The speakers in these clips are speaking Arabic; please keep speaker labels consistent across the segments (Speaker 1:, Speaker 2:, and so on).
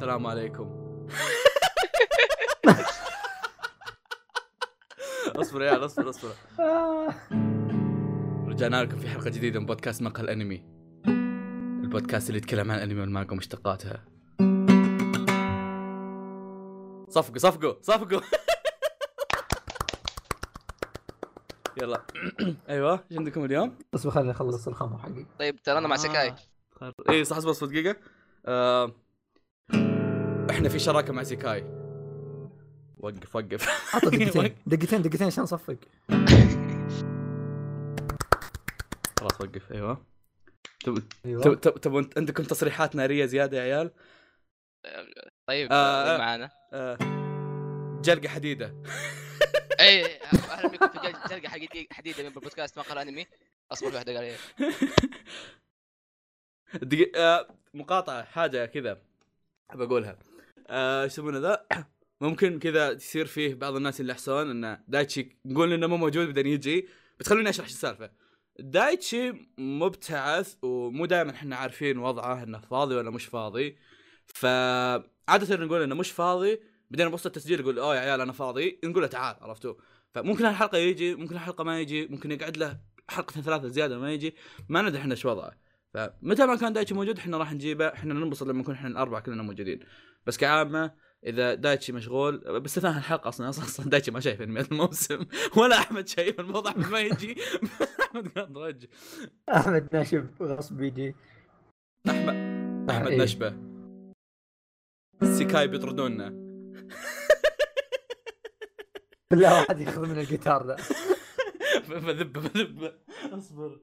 Speaker 1: السلام عليكم. اصبر يا اصبر. رجعنا لكم في حلقة جديدة من بودكاست مقهى الأنمي، البودكاست اللي يتكلم عن الأنمي والمانجا ومشتقاتها. صفقوا. يلا. ايوه ايش عندكم اليوم؟
Speaker 2: بس خليني اخلص الخمر حقي.
Speaker 3: طيب ترى انا مع سكاي.
Speaker 1: ايه صح، اصبر دقيقة. احنا في شراكة مع سيكاي. وقف
Speaker 2: عطى دقيقتين عشان نصفق.
Speaker 1: خلاص وقف. ايوه تبون عندكم تصريحات نارية زيادة يا عيال؟
Speaker 3: طيب معانا
Speaker 1: جلقة حديدة.
Speaker 3: اي اهلا بكم في جلقة حديدة من بودكاست مقهى الأنمي. اصبر واحدة قال
Speaker 1: مقاطعة حاجة كذا بقولها. ايش يسمونه ذا؟ ممكن كذا يصير فيه بعض الناس اللي يحسون ان دايتشي نقول انه مو موجود بدنا يجي، بتخلوني اشرح ايش السالفه. دايتشي مبتعث ومو دائما احنا عارفين وضعه انه فاضي ولا مش فاضي، فعاده نقول انه مش فاضي، بدينا نبص التسجيل يقول اوه يا عيال انا فاضي، نقول له تعال، عرفتوا؟ فممكن الحلقه يجي، ممكن الحلقه ما يجي، ممكن يقعد له حلقه 3 زياده ما يجي، ما ندري احنا ايش وضعه. فمتى ما كان دايتشي موجود احنا راح نجيبه، احنا ننبسط لما نكون احنا الاربعه كلنا موجودين. بس كعامه اذا دايتشي مشغول، باستثناء الحلقه اصلا دايتشي ما شايف انمي الموسم ولا احمد شايف الموضوع ما يجي. احمد قاعد رج،
Speaker 2: احمد ناشب غصب يجي.
Speaker 1: احمد نشبه. سيكاي بيطردونا.
Speaker 2: بالله واحد ياخذ من الجيتار ذا.
Speaker 1: بذب اصبر.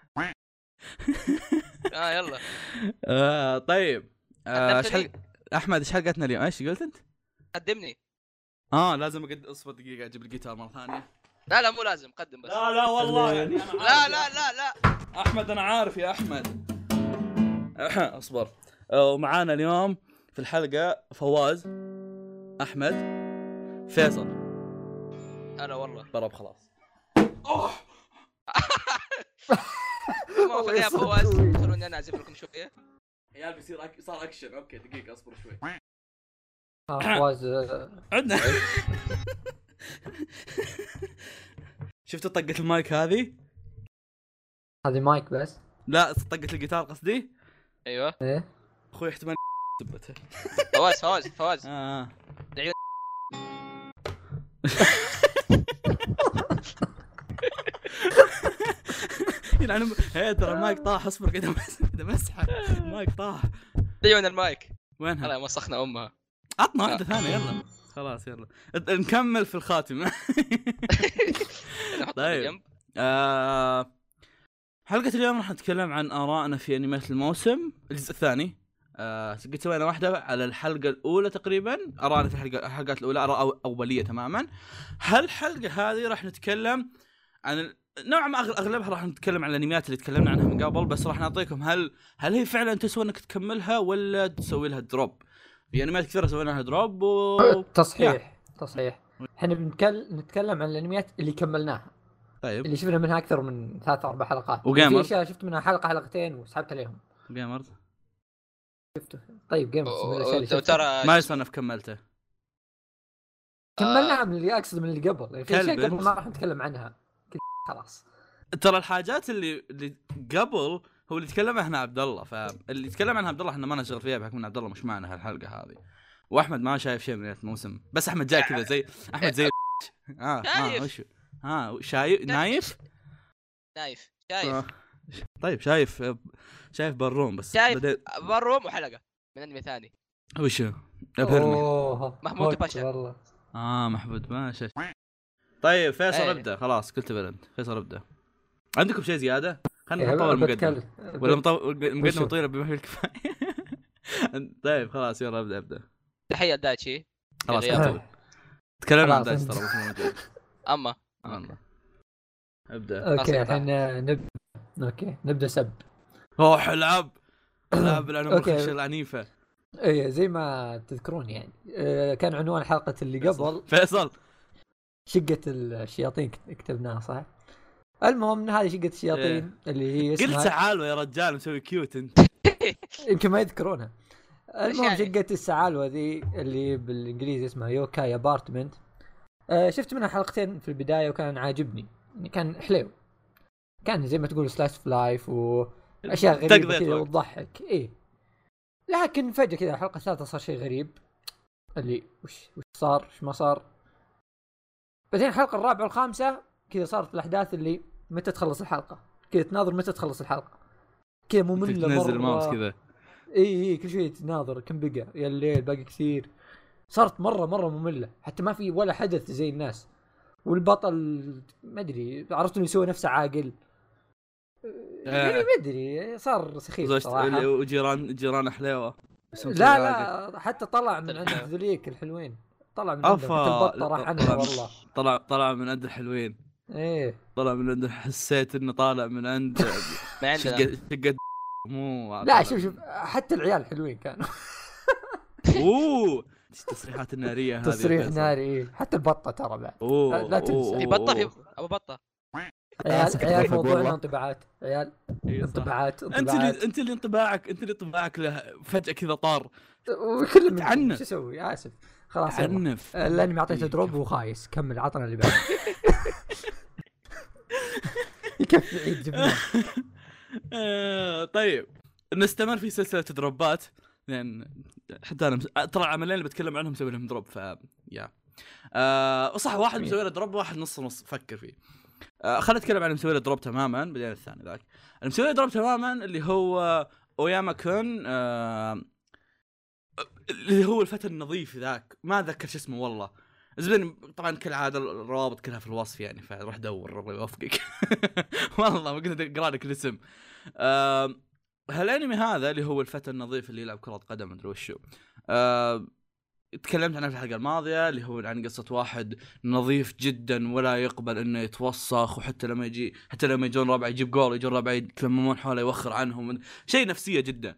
Speaker 3: يلا.
Speaker 1: طيب احمد ايش حلقتنا اليوم؟ ايش قلت انت؟
Speaker 3: قدمني.
Speaker 1: لازم اصبر دقيقه اجيب الجيتار مره ثانيه.
Speaker 3: لا مو لازم قدم بس.
Speaker 1: لا والله يعني أنا
Speaker 3: لا
Speaker 1: احمد انا عارف يا احمد. اصبر. ومعانا اليوم في الحلقه فواز، احمد، فيصل.
Speaker 3: انا والله
Speaker 1: ضرب خلاص.
Speaker 3: ما يا فواز خلوني انا اعزف لكم شويه.
Speaker 1: عيال بيصير صار اكشن. اوكي دقيقه اصبر شوي.
Speaker 2: فواز
Speaker 1: عندنا. شفت طقة المايك هذه
Speaker 2: مايك بس؟
Speaker 1: لا طقة الجيتار قصدي.
Speaker 3: ايوه
Speaker 2: ايه
Speaker 1: اخوي احتمال ثبتها.
Speaker 3: فواز
Speaker 1: يعني ترى المايك طاح. اصبر كذا مسحه المايك طاح.
Speaker 3: ديون المايك
Speaker 1: وينها؟
Speaker 3: والله مسخنا امها.
Speaker 1: عطنا واحده ثانيه يلا. خلاص يلا نكمل في الخاتمه. طيب حلقه اليوم راح نتكلم عن آرائنا في انميات الموسم الجزء الثاني. قد سوينا واحده على الحلقه الاولى تقريبا، آرائنا في الحلقات الاولى آراء اوليه تماما. هالحلقه هذه راح نتكلم عن نوع ما اغلبها راح نتكلم عن الانميات اللي تكلمنا عنها من قبل، بس راح نعطيكم هل هي فعلا تسوى انك تكملها ولا تسوي لها دروب. في انميات كثيره سوينا لها دروب
Speaker 2: تصحيح. احنا نتكلم عن الانميات اللي كملناها،
Speaker 1: طيب
Speaker 2: اللي شفنا منها اكثر من 3-4 حلقات،
Speaker 1: وجيمر
Speaker 2: في اشياء شفت منها حلقتين وسحبت عليهم.
Speaker 1: جيمرز
Speaker 2: شفته. طيب جيمرز
Speaker 3: ترى
Speaker 1: ما يصنف كملته.
Speaker 2: كملناها من اللي اقصد من اللي قبل، يعني في اشياء قبل ما راح نتكلم عنها خلاص.
Speaker 1: ترى الحاجات اللي قبل هو اللي تكلم عنها عبد الله، فاللي يتكلم عنها عبد الله احنا ما نشغل فيها بحكم ان عبد الله مش معنا هالحلقه هذه، واحمد ما شايف شيء من الموسم. بس احمد جاي كذا زي احمد زي وش شايف نايف طيب شايف بروم بس
Speaker 3: بروم وحلقه من انمي ثاني.
Speaker 1: وش ابهرني
Speaker 3: محمود باشا
Speaker 2: والله.
Speaker 1: محمود باشا. طيب فيصل ابدا. خلاص قلت بلد. فيصل ابدا. عندكم شيء زياده؟ خلينا نطول المقدمه ولا المقدمه طويله بما فيه الكفايه. طيب خلاص يلا ابدا.
Speaker 3: تحيه دايتشي.
Speaker 1: خلاص تكلمنا عن دايتشي ترى مش موجود.
Speaker 3: اما
Speaker 1: ابدا.
Speaker 2: اوكي الحين نبدا سب.
Speaker 1: العب الانمي العنيفه.
Speaker 2: ايه زي ما تذكرون يعني كان عنوان حلقه اللي قبل
Speaker 1: فيصل
Speaker 2: شقه الشياطين كتبناها صح. المهم هذه شقه الشياطين اللي هي
Speaker 1: قلت تعالوا يا رجال مسوي كيوت انت.
Speaker 2: يمكن ما يذكرونها. المهم
Speaker 3: يعني؟
Speaker 2: شقة السعالوة ذي اللي بالانجليزي اسمها يوكاي ابارتمنت. شفت منها حلقتين في البداية وكان عاجبني، يعني كان حلو، كان زي ما تقول سلاش في لايف واشياء غريبة
Speaker 1: تقضية
Speaker 2: كذا
Speaker 1: وقت.
Speaker 2: وتضحك. ايه لكن فجأة كذا الحلقة الثالثة صار شيء غريب، اللي وش صار وش ما صار. بعدين الحلقة الرابعة والخامسة كذا صارت الأحداث اللي متى تخلص الحلقة، كذا تناظر متى تخلص الحلقة، كذا مملة
Speaker 1: تنزل
Speaker 2: مرة.
Speaker 1: الماوس كذا.
Speaker 2: اي كل شوي تناظر كم بقى يا الليل باقي كثير. صارت مرة مملة، حتى ما في ولا حدث زي الناس. والبطل ما ادري عرفت انه يسوي نفسه عاقل، يعني ما ادري صار سخيف صراحة.
Speaker 1: وجيران حليوه.
Speaker 2: لا حتى طلع من عند ذوليك الحلوين، طلع من عندهم حتى البطة راح عنها والله.
Speaker 1: طلع من عند الحلوين.
Speaker 2: ايه
Speaker 1: طلع من عند، حسيت انه طالع من عند
Speaker 3: ما عندنا.
Speaker 1: شقة مو
Speaker 2: لا شوف حتى العيال حلوين كانوا.
Speaker 1: اوه التصريحات النارية هذه.
Speaker 2: تصريح ناري إيه. حتى البطة ترى بعد. لا تنسى.
Speaker 3: في بطه، في ابو بطه.
Speaker 2: عيال موضوعنا انطباعات عيال.
Speaker 1: إيه صح.
Speaker 2: انطباعات
Speaker 1: انت اللي انطباعك له فجأة كذا طار.
Speaker 2: وكل من
Speaker 1: تعنف.
Speaker 2: شو اسوي اسف خلاص
Speaker 1: تعنف.
Speaker 2: لاني معطيته دروب وخايس. كمل عطنا اللي بعد. يكفي عيد جبناه.
Speaker 1: طيب نستمر في سلسلة دروبات، لأن حتى أنا ترى عملين اللي بتكلم عنهم مسوي لهم دروب. يا صح، واحد مسوي له دروب واحد نص فكر فيه. خلينا نتكلم عن مسوي له دروب تماما بعدين الثاني ذاك. المسوي له دروب تماما اللي هو أوياما كون، اللي هو الفتى النظيف ذاك، ما أذكر شو اسمه والله. زين طبعا كالعاده الروابط كلها في الوصف يعني، فروح دور الله يوفقك. والله ما قلت اقرا لك الاسم. هالانمي هذا اللي هو الفتى النظيف اللي يلعب كرة قدم مدري وشو. تكلمت عنه في الحلقه الماضيه، اللي هو عن قصه واحد نظيف جدا ولا يقبل انه يتوسخ، وحتى لما يجون ربع يجيب جول، يجون ربع يتلممون حوله يوخر عنهم، شيء نفسيه جدا.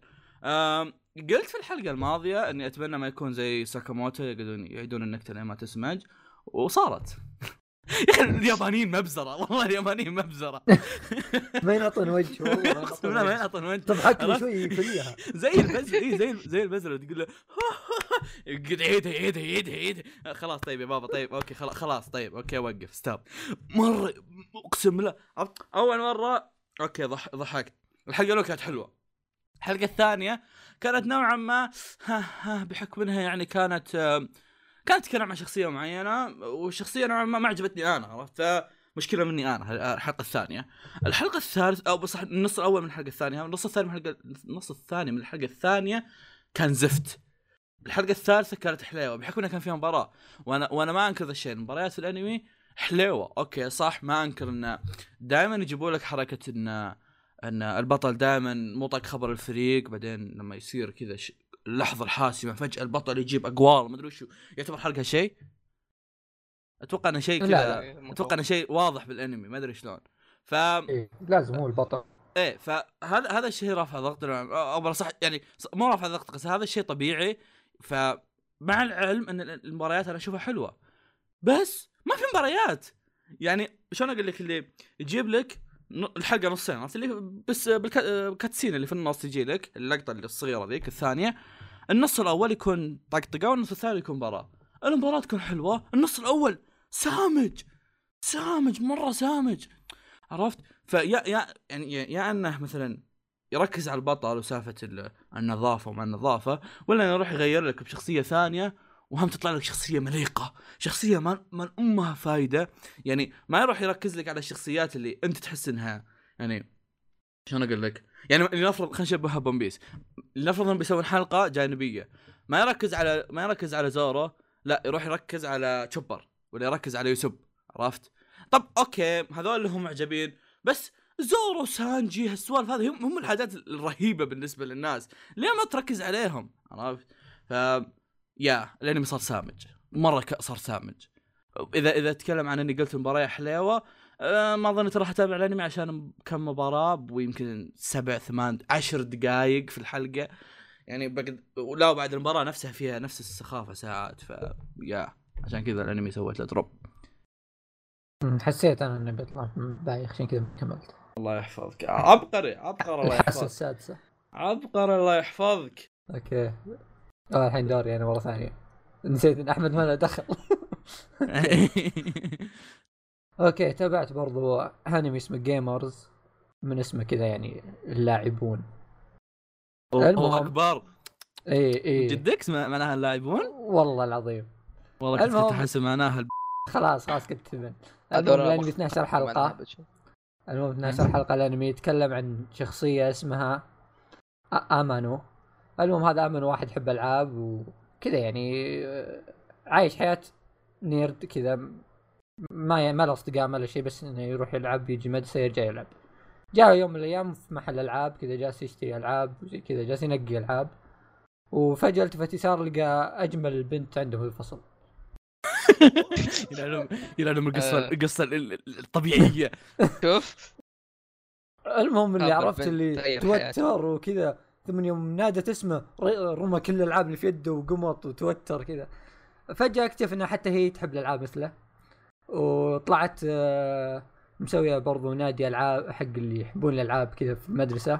Speaker 1: قلت في الحلقة الماضية اني اتمنى ما يكون زي ساكاموتو يعيدون النكتة لين ما تسمج، وصارت. يا اخي اليابانيين مبزرة، والله اليابانيين مبزرة.
Speaker 2: ما ينعطون وجه والله،
Speaker 1: ما ينعطون وجه.
Speaker 2: طب حكي شوي يفليها
Speaker 1: زي البزر، زي البزر تقول له قد عيدها. خلاص طيب يا بابا، طيب اوكي خلاص طيب اوكي وقف ستوب. مرة اقسم بالله اول مرة اوكي ضحكت. الحلقة الاولى كانت حلوة، الحلقة الثانية كانت نوعا ما بحكم انها يعني كانت تتكلم عن شخصية معينة، والشخصية نوعا ما عجبتني انا، عرفت؟ مشكلة مني انا. الحلقة الثانية، الحلقة الثالثة او بصح النص الاول من الحلقة الثانية، النص الثاني من الحلقة الثانية كان زفت. الحلقة الثالثة كانت حلوة بحكم انها كان فيها مباراة، وانا ما انكر ذا الشيء. المباريات الانمي حلوة اوكي صح، ما انكر انه دائما يجيبوا لك حركة ان البطل دائما مو طاق خبر الفريق، بعدين لما يصير كذا اللحظه الحاسمه فجاه البطل يجيب اقوال ما ادري وش يعتبر حلقه شيء. اتوقع انه شيء كذا، اتوقع انه شيء واضح بالانمي ما ادري شلون.
Speaker 2: إيه لازم هو البطل.
Speaker 1: ايه فهذا الشيء رافع ضغط او صح يعني مو رافع ضغط، بس هذا الشيء طبيعي. فمع العلم ان المباريات انا اشوفها حلوه، بس ما في مباريات. يعني شلون اقول لك، اللي يجيب لك الحلقه نصين، عرفت اللي بس بالكاتسين اللي في النص يجي لك اللقطه اللي الصغيره ذيك الثانيه، النص الاول يكون طقطقه والنص الثاني يكون مباراه. المباراه تكون حلوه، النص الاول سامج مره سامج، عرفت؟ فيا يعني يا انه مثلا يركز على البطل وسالفه النظافه ومع النظافه، ولا يروح يغير لك بشخصيه ثانيه وهم تطلع لك شخصيه مليقه، شخصيه ما امها فايده. يعني ما يروح يركز لك على الشخصيات اللي انت تحس انها يعني شلون اقول لك، يعني لنفرض خلينا نشبهها بونبيس، لنفرض انهم بيسوون حلقه جانبيه ما يركز على زورو، لا يروح يركز على تشوبر ولا يركز على يوسب، عرفت؟ طب اوكي هذول اللي هم معجبين، بس زورو سانجي هالسوالف هذه هم الحاجات الرهيبه بالنسبه للناس، ليه ما تركز عليهم؟ عرفت؟ الانمي صار سامج مره، صار سامج. اذا تكلم عن اني قلت مباراه حلوه، ما ظنيت راح اتابع الانمي عشان كم مباراه، ويمكن 7 8 10 دقائق في الحلقه يعني لا بعد المباراه نفسها فيها نفس السخافه ساعات. عشان كذا الانمي سويت له دروب.
Speaker 2: حسيت انا اني بيطلع بايخ عشان كذا كملت.
Speaker 1: الله يحفظك عبقري الله يحفظك
Speaker 2: السادسه
Speaker 1: عبقري الله يحفظك.
Speaker 2: اوكي. الحين دوري انا مره ثانيه. نسيت ان احمد ما له دخل. اوكي، تابعت برضو انمي اسمه جيمرز، من اسمه كذا يعني اللاعبون.
Speaker 1: الله اكبر.
Speaker 2: اي
Speaker 1: جدك معناها اللاعبون
Speaker 2: والله العظيم.
Speaker 1: والله كنت احس معناها
Speaker 2: خلاص كنت من
Speaker 3: هذول
Speaker 2: الانمي 12 حلقه. المهم 12 حلقه. الانمي يتكلم عن شخصيه اسمها امانو. المهم هذا امانو واحد يحب العاب وكذا يعني، عايش حياه نيرد كذا، ما له اصدقاء ما له شيء، بس انه يروح يلعب، يجي مدرسه يرجع يلعب. جاء يوم من الايام في محل العاب كذا، جالس يشتري العاب وزي كذا، جالس ينقي العاب، وفجاه التفت يسار لقى اجمل بنت عنده في الفصل.
Speaker 1: يلعلم القصه الطبيعيه.
Speaker 3: شوف
Speaker 2: المهم اللي عرفت اللي توتر وكذا، ثم يوم نادت اسمه رمى كل الالعاب اللي في يده وقمط وتوتر كذا. فجاه اكتشف انها حتى هي تحب الالعاب مثله، وطلعت مسويه برضو نادي العاب حق اللي يحبون الالعاب كذا في المدرسه،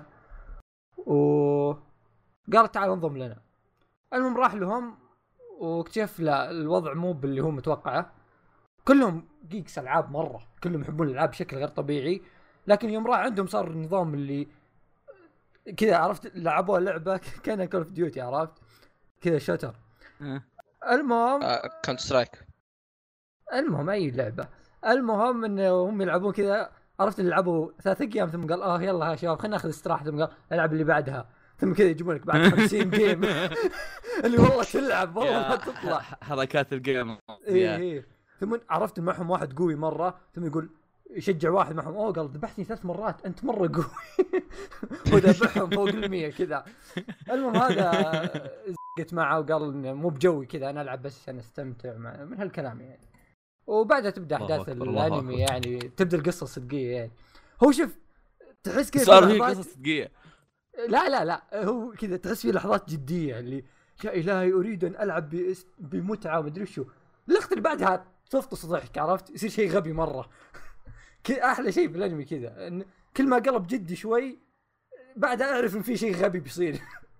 Speaker 2: وقالت تعال انضم لنا. المهم راح لهم واكتشف لا الوضع مو باللي هو متوقعه، كلهم جيكس العاب مره، كلهم يحبون الالعاب بشكل غير طبيعي. لكن يوم راح عندهم صار النظام اللي كذا، عرفت، لعبوا لعبه كان كول اوف ديوتي، عرفت كذا شوتر. المهم
Speaker 3: كونت سترايك،
Speaker 2: المهم اي لعبه. المهم انهم يلعبون كذا، عرفت اللي لعبوا 3 ايام ثم قال يلا يا شباب خلينا ناخذ استراحه، ثم قال العب اللي بعدها، ثم كذا يجيبون لك بعد 50 جيم. اللي والله تلعب والله ما تطلع
Speaker 1: حركات الجيم.
Speaker 2: ايه ثم عرفت معهم واحد قوي مره، ثم يقول يشجع واحد معهم، قال ذبحتني 3 مرات انت مره قوي. وذبحهم فوق 100 كذا. المهم هذا زقت معه وقال مو بجوي كذا، انا العب بس عشان استمتع من هالكلام يعني. وبعدها تبدا احداث الانمي يعني، تبدا القصه الصدقيه يعني. هو شوف تحس كذا
Speaker 1: صار هي قصه صدقيه.
Speaker 2: لا هو كذا تحس في لحظات جديه اللي يا الهي اريد ان العب بمتعه ومدري شو. اللقطه اللي بعدها تفطس ضحك، عرفت، يصير شيء غبي مره. احلى شيء في الانمي كذا ان كل ما قلب جدي شوي بعدها اعرف ان في شيء غبي بيصير.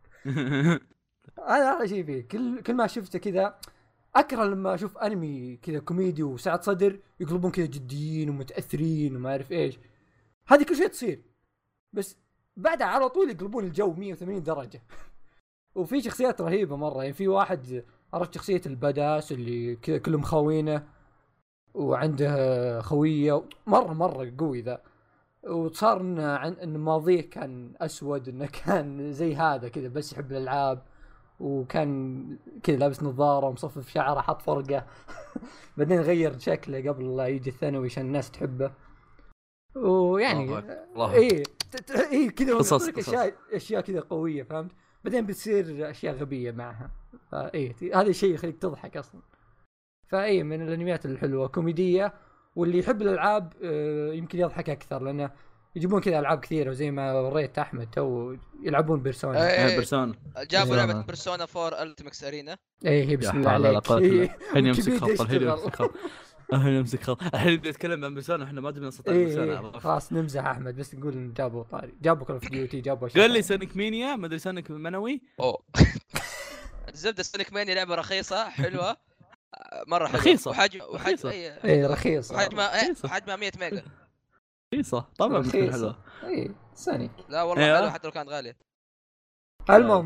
Speaker 2: هذا احلى شيء فيه. كل ما شفته كذا اكره لما اشوف انمي كذا كوميدي وسعة صدر يقلبون كذا جديين ومتاثرين وما اعرف ايش. هذه كل شيء تصير، بس بعدها على طول يقلبون الجو 180 درجه. وفي شخصيات رهيبه مره يعني. في واحد عرفت شخصيه البداس اللي كذا كلهم خوينه وعنده خويه مره قوي ذا. وصار ان ماضيه كان اسود، انه كان زي هذا كذا بس يحب الالعاب، وكان كذا لابس نظاره ومصفف شعره حط فرقه. بعدين غير شكله قبل لا يجي الثانوي عشان الناس تحبه. ويعني ايه كذا اشياء كذا قويه، فهمت. بعدين بتصير اشياء غبيه معها، فايه هذا الشيء يخليك تضحك اصلا. فايه من الانميات الحلوه كوميديه، واللي يحب الالعاب يمكن يضحك اكثر، لانه يجيبون كذا العاب كثيره، وزي ما وريت احمد تو يلعبون بيرسونا.
Speaker 1: بيرسونا
Speaker 3: جابوا لعبه بيرسونا 4 التيمكس ارينا.
Speaker 2: ايه بسم الله عليك.
Speaker 1: الحين يمسك خط الحين يمسك خط الحين بدي اتكلم عن بيرسونا، احنا ما تبي نستطيع بيرسونا.
Speaker 2: خلاص نمزح احمد، بس نقول ان جابوا طاري، جابوا كول اوف ديوتي، جابوا
Speaker 1: قال لي سونيك مانيا، ما ادري سونيك منوي.
Speaker 3: الزبده سونيك مانيا لعبه رخيصه حلوه مره حلوه،
Speaker 1: رخيصه
Speaker 3: وحجم
Speaker 2: رخيصه،
Speaker 3: وحجمها 100 ميجا.
Speaker 1: رخيصه طبعا بتكون حلوه.
Speaker 2: اي سونيك
Speaker 3: لا والله حلوه حتى لو كانت غاليه.
Speaker 2: المهم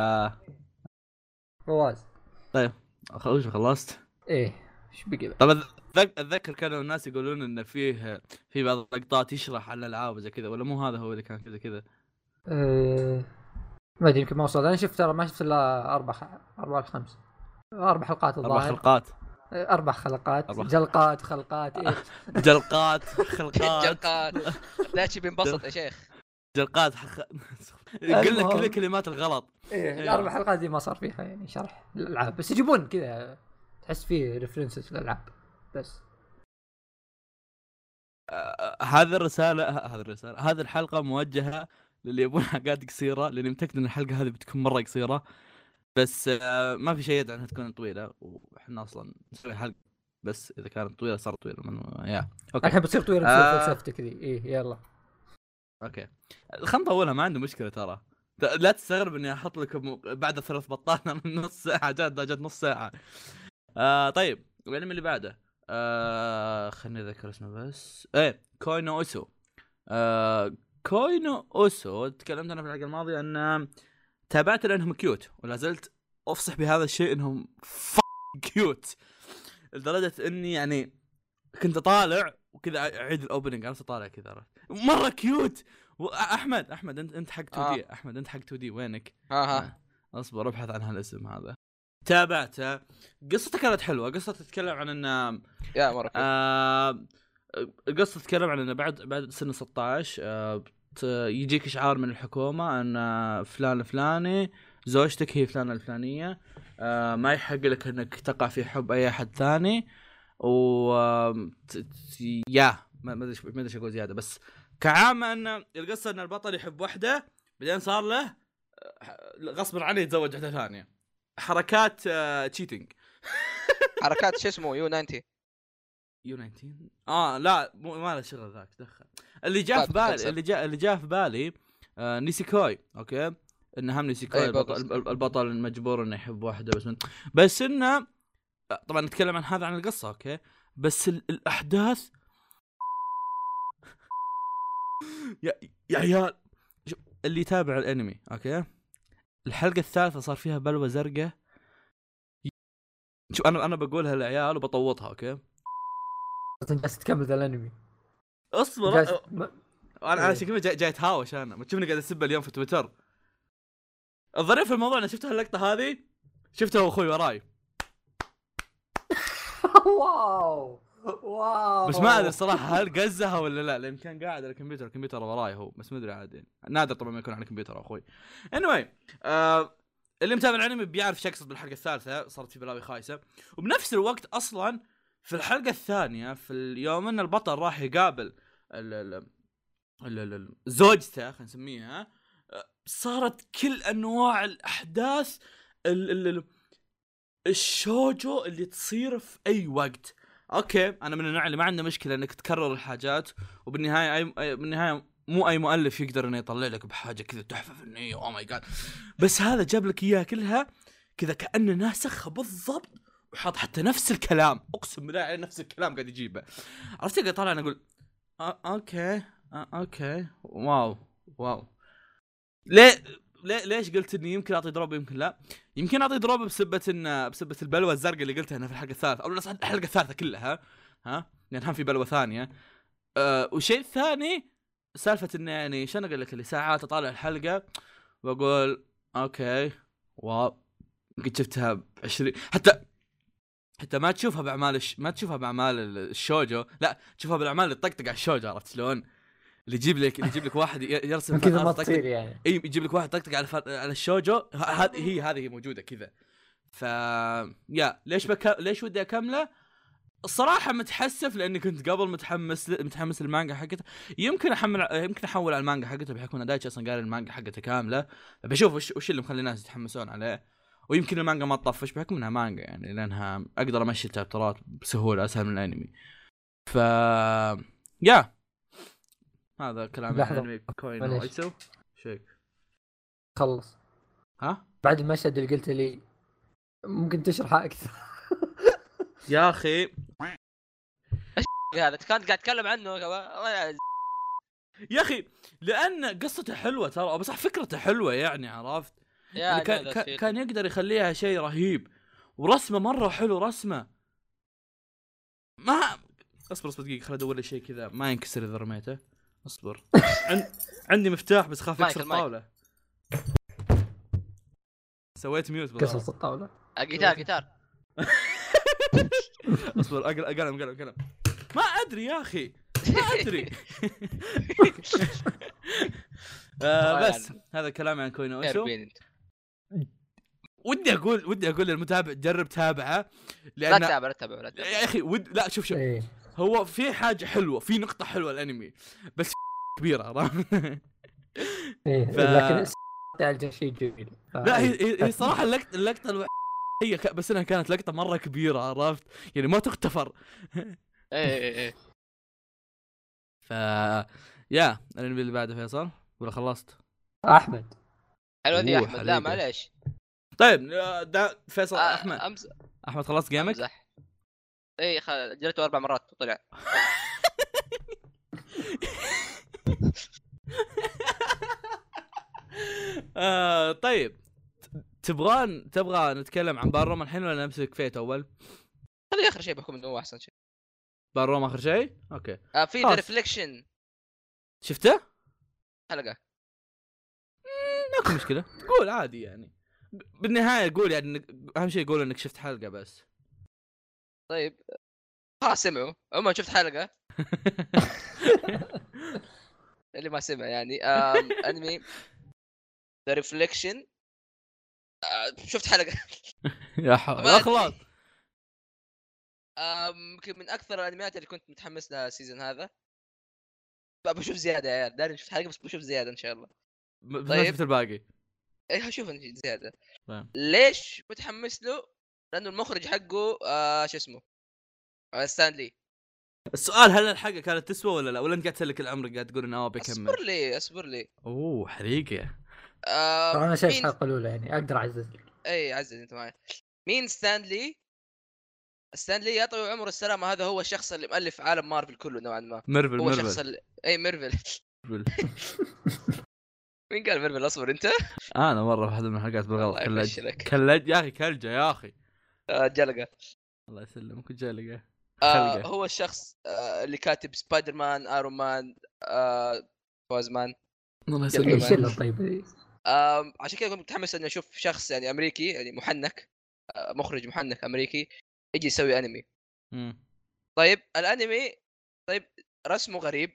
Speaker 2: فواز.
Speaker 1: طيب خلصت.
Speaker 2: ايه ايش بقي؟
Speaker 1: طبعا اتذكر كانوا الناس يقولون ان في بعض اللقطات يشرح عن الالعاب وزي كذا، ولا مو هذا هو اللي كان كذا؟
Speaker 2: ما ادري يمكن ما وصل. انا شفت ترى ما شفت الا 4 5 حلقات الظاهر. 4 حلقات جلقات خلقات ايه
Speaker 1: جلقات خلقات
Speaker 3: لا شي بينبسط يا شيخ.
Speaker 1: جلقات قل لك كل الكلمات الغلط.
Speaker 2: ايه 4 حلقات دي ما صار فيها يعني شرح الالعاب، بس يجيبون كذا تحس فيه ريفرنسز للالعاب بس.
Speaker 1: هذه الحلقه موجهه للي يبون حلقات قصيره، لاني متاكد ان الحلقه هذه بتكون مره قصيره، بس ما في شيء يدعي انها تكون طويله، واحنا اصلا نسوي حلقه بس اذا كانت طويله صارت طويله اوكي
Speaker 2: الحين بتصير طويله بسبب فلسفتك ذي. ايه يلا
Speaker 1: اوكي الخنطه اولها ما عنده مشكله ترى، لا تستغرب اني احط لكم بعد 3 بطاله من نص ساعه، جات نص ساعه. طيب الانمي اللي بعده خليني اذكر اسمه بس. كوينو اوسو. كوينو اوسو تكلمت انا في الحلقه الماضيه ان تابعت لانهم كيوت، ولا زلت افصح بهذا الشيء انهم كيوت، لدرجه اني يعني كنت طالع وكذا اعيد الاوبننج انا طالع كذا مره كيوت. احمد انت حق 2 دي. احمد انت حق 2 دي وينك؟ اصبر ابحث عن هالاسم هذا. تابعته، قصته كانت حلوه. قصته تتكلم عن ان
Speaker 3: يا مره
Speaker 1: القصه تتكلم عن ان بعد سن 16 يجيك اشعار من الحكومه ان فلان الفلاني زوجتك هي فلانه الفلانيه، ما يحق لك انك تقع في حب اي احد ثاني، و يا ما ادري ايش اقول زياده. بس كعامه ان القصه ان البطل يحب واحده بعدين صار له غصبا عنه يتزوج واحده ثانيه. حركات تشيتنج.
Speaker 3: حركات شو اسمه يو 90
Speaker 1: لا ما له شغل ذاك دخل. اللي جاء في بالي اللي جاء في بالي نيسيكوي. اوكي انه هم نيسيكوي البطل مجبور انه يحب واحده بس انه طبعا نتكلم عن هذا عن القصه. اوكي بس الاحداث يا عيال اللي يتابع الانمي اوكي الحلقه الثالثه صار فيها بلوه زرقاء. شوف انا بقولها للعيال وبطوطها. اوكي
Speaker 2: بس تكمل الانمي
Speaker 1: اصبر انا شكلي جاي اتهاوش. انا ما تشوفني قاعد اسب اليوم في تويتر. الظريف في الموضوع انا شفت هاللقطه هذه شفتها واخوي وراي
Speaker 2: واو
Speaker 1: بس ما ادري الصراحه هل قزها ولا لا، لان كان قاعد على الكمبيوتر وراي هو، بس ما ادري عاد نادر طبعا ما يكون على الكمبيوتر اخوي. anyway اللي متابع الانمي بيعرف شو اقصد بالحلقه الثالثه. صارت في بلاوي خايسه، وبنفس الوقت اصلا في الحلقه الثانيه في اليوم ان البطل راح يقابل زوجته خلينا نسميها، صارت كل انواع الاحداث الشوجو اللي تصير في اي وقت. اوكي انا من النوع اللي ما عنده مشكله انك تكرر الحاجات، وبالنهايه بالنهايه مو اي مؤلف يقدر انه يطلع لك بحاجه كذا تحفه فنيه او ماي جاد. بس هذا جاب لك اياها كلها كذا كانه ناسخها بالضبط، وحط حتى نفس الكلام، اقسم بالله نفس الكلام قاعد يجيبه. عرفت قاعد طالع انا اقول اوكي واو ليش قلت اني يمكن اعطي دروب يمكن لا. يمكن اعطي دروب بسبه البلوه الزرقاء اللي قلتها هنا في الحلقه الثالثه، او الحلقه الثالثه كلها لان هم في بلوه ثانيه. وشيء ثاني سالفه انه يعني شنو اقول لك اللي ساعات اطالع الحلقه واقول اوكي واو قد شفتها 20 حتى ما تشوفها باعمال الشوجو، لا تشوفها بالاعمال اللي تطقطق على الشوجو. عرفت شلون؟ اللي يجيب لك واحد يرسم
Speaker 2: كذا ما تصير يعني.
Speaker 1: اي يجيب لك واحد طقطق على الشوجو. هذه موجوده كذا. ليش ودي اكمله؟ الصراحه متحسف لاني كنت قبل متحمس للمانجا حقته. يمكن احول على المانجا حقته بحكم ان دايتش اصلا قال المانجا حقته كامله، بشوف وش اللي مخلي الناس يتحمسون عليه. ويمكن المانجا ما تطفش بحكم انها مانجا يعني، لانها اقدر امشي الشابترات بسهوله اسهل من الانمي. هذا كلام الانمي كوينو ايسو. شيك
Speaker 2: خلص بعد المشهد اللي قلت لي ممكن تشرحه اكثر.
Speaker 1: يا اخي
Speaker 3: هذا كنت قاعد اتكلم عنه
Speaker 1: يا اخي لان قصته حلوه ترى، بس فكرته حلوه يعني عرفت يعني كان يقدر يخليها شيء رهيب، ورسمه مره حلو. رسمه ما اصبر دقيقه خليني ادور لي شيء كذا ما ينكسر اذا رميته. اصبر عندي مفتاح بس خاف يكسر الطاوله. سويت ميوت
Speaker 2: كسرت الطاوله.
Speaker 3: جيتار
Speaker 1: اصبر قلم ما ادري يا اخي ما ادري. بس هذا كلام عن كوينو اوسو. ودي اقول للمتابع جرب تابعه، لان
Speaker 3: لا تتابع
Speaker 1: يا اخي لا شوف هو في حاجه حلوه، في نقطه حلوه الانمي بس كبيره
Speaker 2: لكن تعالج شيء جميل.
Speaker 1: لا هي صراحه اللقطه هي بس انها كانت لقطه مره كبيره عرفت يعني ما تغتفر.
Speaker 3: ايه
Speaker 1: الانمي اللي بعده فيصل ولا خلصت؟
Speaker 2: احمد
Speaker 3: حلوه ذي يا
Speaker 1: أوه،
Speaker 3: احمد. لا
Speaker 1: حريقة.
Speaker 3: معليش.
Speaker 1: طيب فيصل احمد
Speaker 3: امس
Speaker 1: احمد خلصت جيمك؟
Speaker 3: امزح. اي جلته 4 مرات وطلع.
Speaker 1: طيب تبغى نتكلم عن باروم الحين ولا نمسك فيت اول؟
Speaker 3: خلي اخر شيء بحكم انه هو احسن شيء.
Speaker 1: باروم اخر شيء. اوكي
Speaker 3: في ذا
Speaker 1: خلاص.
Speaker 3: ريفليكشن
Speaker 1: شفته؟
Speaker 3: حلقه.
Speaker 1: ماكو مشكله قول عادي يعني. بالنهايه قول يعني اهم شيء قول انك شفت حلقه بس.
Speaker 3: طيب خلاص سمعوا عموما شفت حلقه. اللي ما سمع يعني انمي ذا ريفليكشن. شفت حلقه.
Speaker 1: يا حول
Speaker 3: ما
Speaker 1: خلاص.
Speaker 3: ادري. يمكن من اكثر الانميات اللي كنت متحمس لها السيزون هذا. بشوف زياده يا عيال، داري شفت حلقه بس بشوف زياده ان شاء الله.
Speaker 1: بس ما
Speaker 3: طيب.
Speaker 1: شفت الباقي.
Speaker 3: ايه هشوف زياده.
Speaker 1: طيب.
Speaker 3: ليش متحمس له؟ لانه المخرج حقه شو اسمه ستانلي.
Speaker 1: السؤال هل الحلقه كانت تسوى ولا لا، ولا انت قاعد تسلك العمر قاعد تقول انه بيكمل؟
Speaker 3: اصبر لي.
Speaker 1: اوه حريقه.
Speaker 2: ترى انا شايف
Speaker 3: مين؟
Speaker 2: الحلقه الاولى يعني اقدر اعزز لك.
Speaker 3: اي عزز انت معي. مين ستانلي يا طويل عمر السلامه، هذا هو الشخص اللي مؤلف عالم مارفل كله نوعا ما. هو الشخص اي ميرفل. مين قال ميرفل؟ اصبر انت.
Speaker 1: انا مره واحده من الحلقات بالغلط
Speaker 3: الله يفشلك.
Speaker 1: كلج يا اخي، كلجه يا اخي.
Speaker 3: جلقه.
Speaker 1: الله يسلمك جلقه.
Speaker 3: هو الشخص اللي كاتب سبايدر مان، ايرون مان، فوز مان.
Speaker 1: الله
Speaker 2: ايش
Speaker 1: يسلمك.
Speaker 2: اللي طيب؟
Speaker 3: عشان كذا كنت متحمس اني اشوف شخص يعني امريكي، يعني محنك، مخرج محنك امريكي يجي يسوي انمي. طيب الانمي طيب رسمه غريب.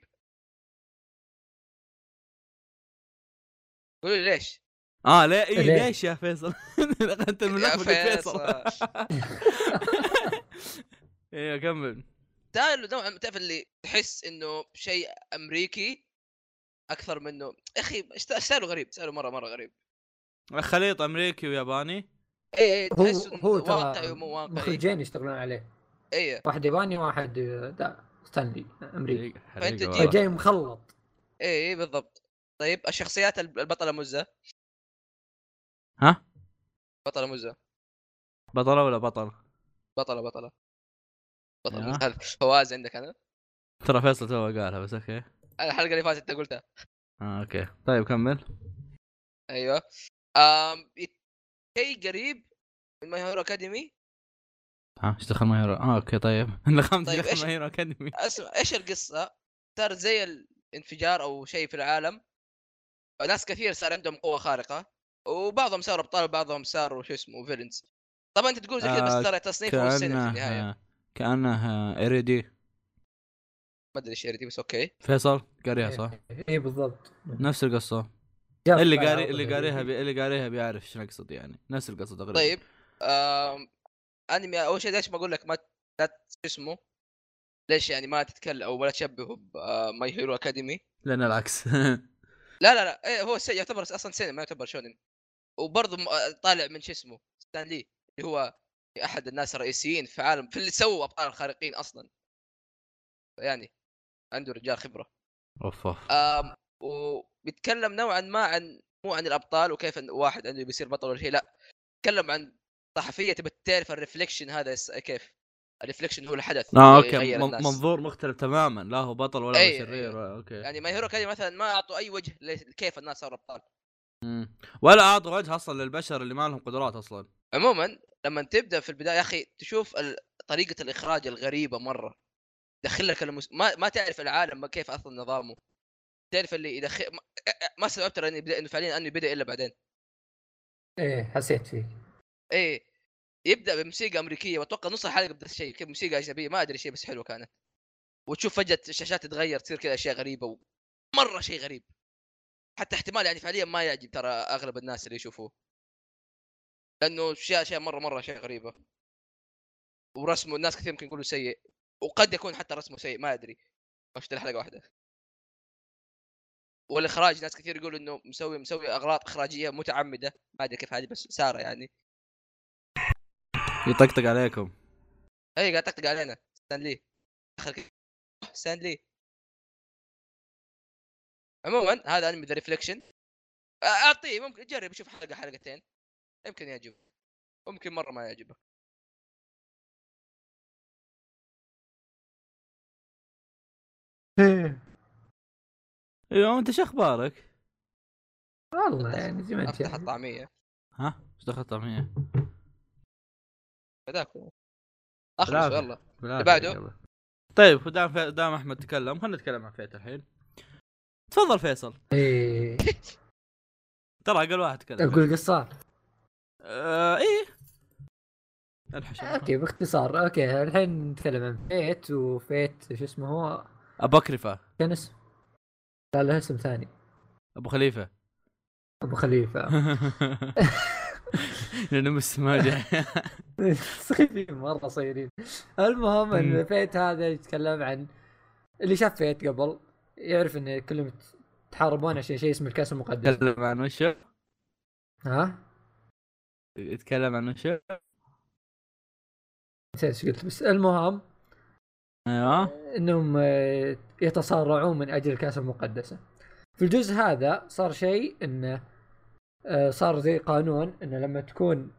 Speaker 3: قولوا لي ليش؟
Speaker 1: لا إيه ليش يا فيصل؟ انت
Speaker 3: يا
Speaker 1: الملخبط فيصل. ايه كمل.
Speaker 3: تعرف اللي تحس انه شيء امريكي اكثر منه. اخي سعره غريب، سعره مره غريب.
Speaker 1: خليط امريكي وياباني.
Speaker 3: ايه تحس
Speaker 2: هو
Speaker 3: واقعي
Speaker 2: ترى
Speaker 3: ومو واقعي.
Speaker 2: مخرجين يشتغلون عليه.
Speaker 3: ايه
Speaker 2: واحد ياباني وواحد ستانلي امريكي.
Speaker 3: فانت
Speaker 2: جاي مخلط.
Speaker 3: ايه بالضبط. طيب الشخصيات البطله مزه.
Speaker 1: ها
Speaker 3: بطله مزه.
Speaker 1: بطله ولا بطل؟
Speaker 3: بطله هذا فواز عندك. انا
Speaker 1: ترى فيصل تو قالها بس اوكي.
Speaker 3: الحلقه اللي فاتت انت قلتها.
Speaker 1: اوكي طيب كمل.
Speaker 3: ايوه شيء قريب من ماي هيرو اكاديمي.
Speaker 1: ايش دخل ماي هيرو؟ اوكي طيب لخمت
Speaker 3: طيب
Speaker 1: دخل ماي هيرو اكاديمي.
Speaker 3: اسمع ايش القصه. صار زي الانفجار او شيء في العالم. ناس كثير صار عندهم قوه خارقه، وبعضهم صاروا ابطال وبعضهم صاروا شو اسمه فيلنز. طبعا انت تقول زي كذا بس ترى تصنيفه هو السينما في النهايه.
Speaker 1: كانه اريدي.
Speaker 3: ما ادري ايش يردي بس اوكي.
Speaker 1: فيصل قاريها صح؟
Speaker 2: ايه بالضبط
Speaker 1: نفس القصه. اللي قاريها بيعرف ايش نقصد، يعني نفس القصه تقريبا.
Speaker 3: طيب انمي اول شيء ليش ما اقول لك ما اسمه ليش يعني ما تتكلم او ولا تشبهه بماي هيرو اكاديمي؟
Speaker 1: لان العكس.
Speaker 3: لا إيه هو يعتبر اصلا سينما، ما يعتبر شونن. وبرضه طالع من شو اسمه ستانلي اللي هو احد الناس الرئيسيين في عالم في اللي سووا ابطال الخارقين اصلا، يعني عنده رجال خبره.
Speaker 1: اوف
Speaker 3: وبيتكلم نوعا ما عن مو عن الابطال وكيف ان واحد عنده بيصير بطل ولا شيء، لا تكلم عن صحفيه تبي تعرف الريفليكشن هذا كيف الريفليكشن هو الحدث
Speaker 1: اوكي
Speaker 3: يغير الناس.
Speaker 1: منظور مختلف تماما، لا هو بطل ولا هو شرير. اوكي
Speaker 3: يعني ما هيرو كذا مثلا ما اعطوا اي وجه كيف الناس صاروا ابطال،
Speaker 1: ولا اعطوا وجه اصلا للبشر اللي ما لهم قدرات اصلا.
Speaker 3: عموما لما تبدا في البدايه يا اخي تشوف طريقه الاخراج الغريبه مره. دخل لك ما تعرف العالم ما كيف اصلا نظامه. تعرف اللي يدخل ما استوعبت انه فعليا انه بدا الا بعدين.
Speaker 2: ايه حسيت فيه.
Speaker 3: ايه يبدا بموسيقى امريكيه واتوقع نص الحلقه بدا شيء كيف موسيقى اجنبيه ما ادري شيء بس حلوه كانت. وتشوف فجاه الشاشات تتغير تصير كذا اشياء غريبه مره شيء غريب. حتى احتمال يعني فعليا ما يعجب ترى اغلب الناس اللي يشوفوه، لانه اشياء مره شيء غريبه. ورسمه الناس كثير ممكن يقولوا سيء، وقد يكون حتى رسمه سيء ما ادري. شفت الحلقه واحده. والاخراج ناس كثير يقولوا انه مسوي اغلاط اخراجيه متعمده، ما ادري كيف هذه بس ساره يعني
Speaker 1: يطقطق عليكم.
Speaker 3: اي قاعد تطقطق علينا. ستانلي ستانلي. عموما هذا انمي ذا ريفليكشن. اعطيه ممكن جرب شوف حلقه حلقتين يمكن يعجبك ممكن مره ما يعجبك.
Speaker 2: إيه.
Speaker 1: ايوه انت شو اخبارك؟
Speaker 2: والله يعني زي ما انت
Speaker 3: افتح
Speaker 2: يعني.
Speaker 3: الطعميه
Speaker 1: ها ايش دخل طعميه؟
Speaker 3: هذاك اخلص يلا اللي
Speaker 1: بالعافية
Speaker 3: بعده.
Speaker 1: قبل. طيب دام احمد تكلم خلينا نتكلم عن فيت الحين. تفضل فيصل.
Speaker 2: ايه
Speaker 1: ترى اقل واحد تكلم.
Speaker 2: اقول قصار.
Speaker 1: ايه الحشر.
Speaker 2: اوكي باختصار، اوكي الحين نتكلم عن فيت وفيت شو اسمه هو
Speaker 1: ابكرفه.
Speaker 2: كان اسم، لا له اسم ثاني،
Speaker 1: ابو خليفه.
Speaker 2: ابو خليفه.
Speaker 1: لانه مسماجه.
Speaker 2: سخيفين مره صايرين. المهم ان فيت هذا يتكلم عن اللي شاف فيت قبل يعرف ان كلهم تحاربون عشان شيء اسمه الكاس المقدس.
Speaker 1: يتكلم عن وشو؟
Speaker 2: ها
Speaker 1: يتكلم عن وشو؟
Speaker 2: نسيت ايش قلت، بس المهم
Speaker 1: ايوه
Speaker 2: انهم يتصارعون من اجل الكاس المقدسه. في الجزء هذا صار شيء انه صار زي قانون انه لما تكون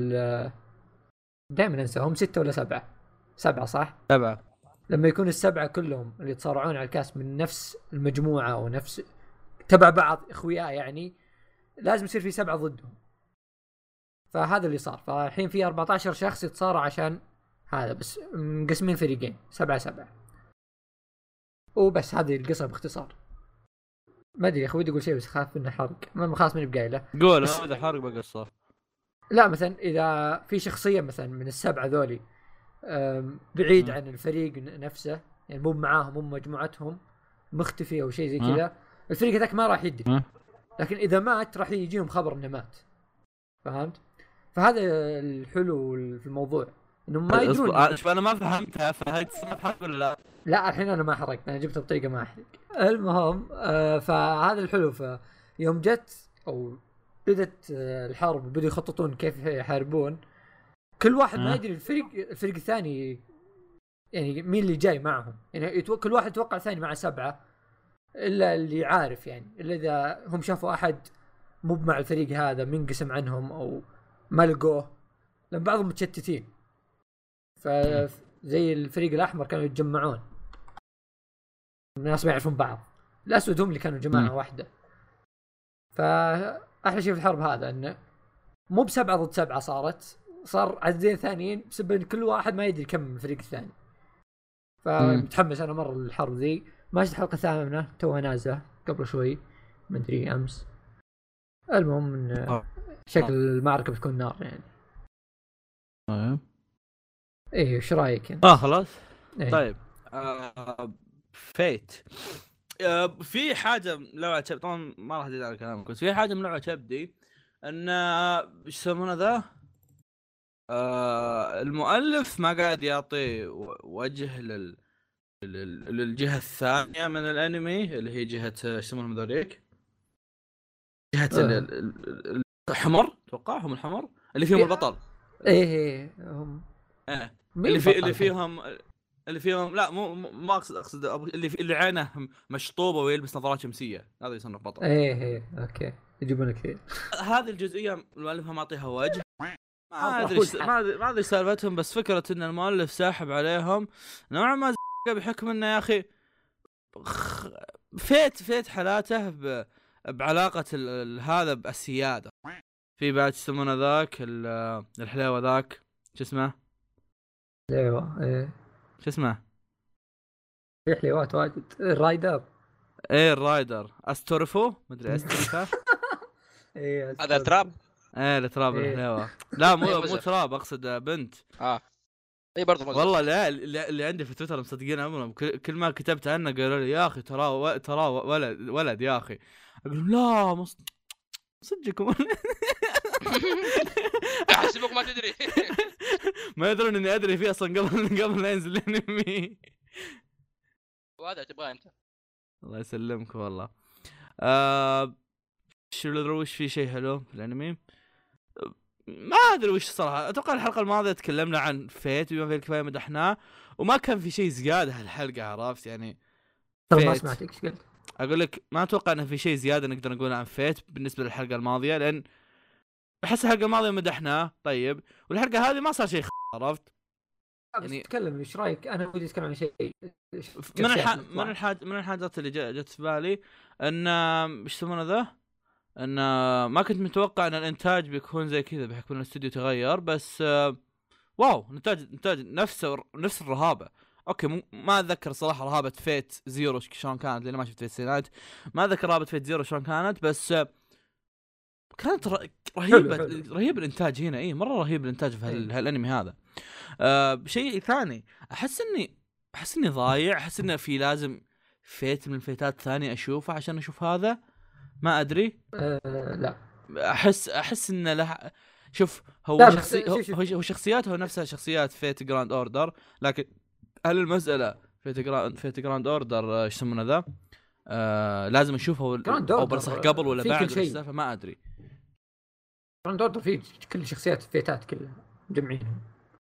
Speaker 2: دائما انسى هم 6 ولا 7 صح؟
Speaker 1: 7.
Speaker 2: لما يكون السبعة كلهم اللي يتصارعون على الكاس من نفس المجموعة أو نفس تبع بعض إخوياء يعني، لازم يصير في 7 ضدهم. فهذا اللي صار، فالحين في 14 شخص يتصارع عشان هذا، بس مقسمين فريقين 7-7 وبس. هذه القصة باختصار. ما أدري يا أخوي ودي أقول شيء بس خاف إنه حرق، ما خلاص ماني بقايله.
Speaker 1: قول هذا حرق بقصه.
Speaker 2: لا مثلا إذا في شخصية مثلا من السبعة ذولي بعيد عن الفريق نفسه، يعني مو معاهم مو مجموعتهم، مختفي او شيء زي كذا، الفريق هذاك ما راح يدري. لكن اذا مات راح يجيهم خبر انه مات، فهمت؟ فهذا الحلو في الموضوع انهم ما يدرون.
Speaker 1: انا ما فهمتها، فهمت حرق ولا لا؟
Speaker 2: لا الحين انا ما حرقت، انا جبتها بطريقه ما احرق. المهم فهذا الحلو. فيوم جت او بدت الحرب وبدوا يخططون كيف يحاربون، كل واحد ما يدري الفريق الثاني يعني مين اللي جاي معهم. يعني كل واحد يتوقع ثاني مع 7 الا اللي عارف، يعني الا اذا هم شافوا احد مو مع الفريق هذا منقسم عنهم او ما لقوه، لان بعضهم متشتتين. فزي الفريق الاحمر كانوا يتجمعون، الناس ما يعرفون بعض. الاسود هم اللي كانوا جماعه واحده. فاحلى شيء في الحرب هذا انه مو ب7 ضد 7 صار عددين ثانيين بسبب ان كل واحد ما يدري كم من الفريق الثاني. فمتحمس انا مره للحرب ذي. ماشي الحلقه 8 توها نازله قبل شوي، ما ادري امس. المهم ان شكل المعركه بتكون نار يعني. ايه ايش رايك انت؟
Speaker 1: خلاص
Speaker 2: إيه.
Speaker 1: طيب فيت في حاجه لو طبعا ما راح ازيد على كلامك، بس في حاجه من لعبه شبدي ان ايش يسمونه ذا المؤلف ما قاعد يعطي وجه للجهه الثانيه من الانمي اللي هي جهه ايش يسمونهم ذوليك، جهه الحمر. توقعهم الحمر اللي فيهم البطل.
Speaker 2: ايه هم
Speaker 1: اللي فيهم لا مو ما اقصد اللي عينه مشطوبه ويلبس نظارات شمسيه، هذا يصنف بطل.
Speaker 2: ايه اوكي يجيبونك فيه.
Speaker 1: هذه الجزئيه المؤلفها ما اعطيها وجه. ما ادري سالفتهم، بس فكره ان المؤلف ساحب عليهم نوعا ما بحكم انه يا اخي فيت حالاته بعلاقه هذا بالسياده. في بعد يسمونه ذاك الحلاوه ذاك شو اسمه؟
Speaker 2: ايوه ايه
Speaker 1: شو اسمه؟
Speaker 2: في حليوات واجد. الرايدر.
Speaker 1: ايه الرايدر استورفو مدري استورفا.
Speaker 2: ايه
Speaker 3: هذا التراب.
Speaker 1: ايه التراب الحلاوه. لا مو تراب، اقصد بنت.
Speaker 3: اي برضه
Speaker 1: والله لا اللي عندي في تويتر مصدقين امرهم. كل ما كتبت عنه قالوا لي يا اخي ترى ولد يا اخي. اقول لا صدقكم.
Speaker 3: احسبك ما تدري.
Speaker 1: ما يدرون اني ادري فيه اصلا قبل لا ينزل الانمي.
Speaker 3: وهذا تبغاه انت.
Speaker 1: الله يسلمك والله. وش في شيء حلو في الانمي؟ ما ادري وش صراحه. اتوقع الحلقه الماضيه تكلمنا عن فيت بما فيه الكفايه مدحناه، وما كان في شيء زياده هالحلقه، عرفت يعني.
Speaker 2: ترى ما سمعتك ايش قلت.
Speaker 1: اقول لك ما اتوقع انه في شيء زياده نقدر نقوله عن فيت بالنسبه للحلقه الماضيه، لان احس الحلقه الماضيه مدحناه طيب، والحلقه هذه ما صار شيء عرفت
Speaker 2: بس
Speaker 1: يعني.
Speaker 2: تتكلم ايش رايك؟ انا ودي اتكلم عن شيء
Speaker 1: من الحاجات اللي جت في بالي ان ايش يسمونه ذا، ان ما كنت متوقع ان الانتاج بيكون زي كذا بحكم ان الاستوديو تغير، بس واو نتاج نفس الرهابه. اوكي ما اتذكر صراحه رهابه فيت زيرو شلون كانت لاني ما شفت فيت سينايت، ما اتذكر رهابه فيت زيرو شلون كانت، بس كانت رهيبه. رهيب الانتاج هنا، اي مره رهيب الانتاج في هالانمي هذا. شيء ثاني احس اني ضايع، احس انه في لازم فيت من الفيتات ثانيه اشوفه عشان اشوف هذا، ما ادري.
Speaker 2: لا
Speaker 1: احس انه له شوف هو هو شخصياته نفسها شخصيات فيت جراند اوردر، لكن هل المساله فيت جراند اوردر ايش يسمونه ذا لازم اشوفه او بنصح قبل ولا بعد ولا السالفه، ما ادري.
Speaker 2: جراند اوردر فيه كل شخصيات الفيتات كلها مجمعينهم.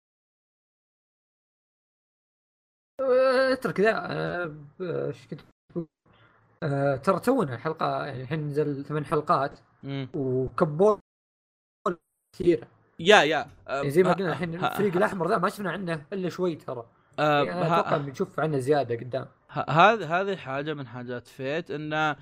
Speaker 2: اترك ذا ايش كنت ترى تونا حلقه يعني الحين نزل 8 حلقات وكبول كثيره
Speaker 1: يا
Speaker 2: زي ما قلنا الحين الفريق الاحمر ذا ما شفنا عنه الا شوي ترى. اتوقع بنشوف عنه زياده قدام.
Speaker 1: هذه حاجه من حاجات فيت ان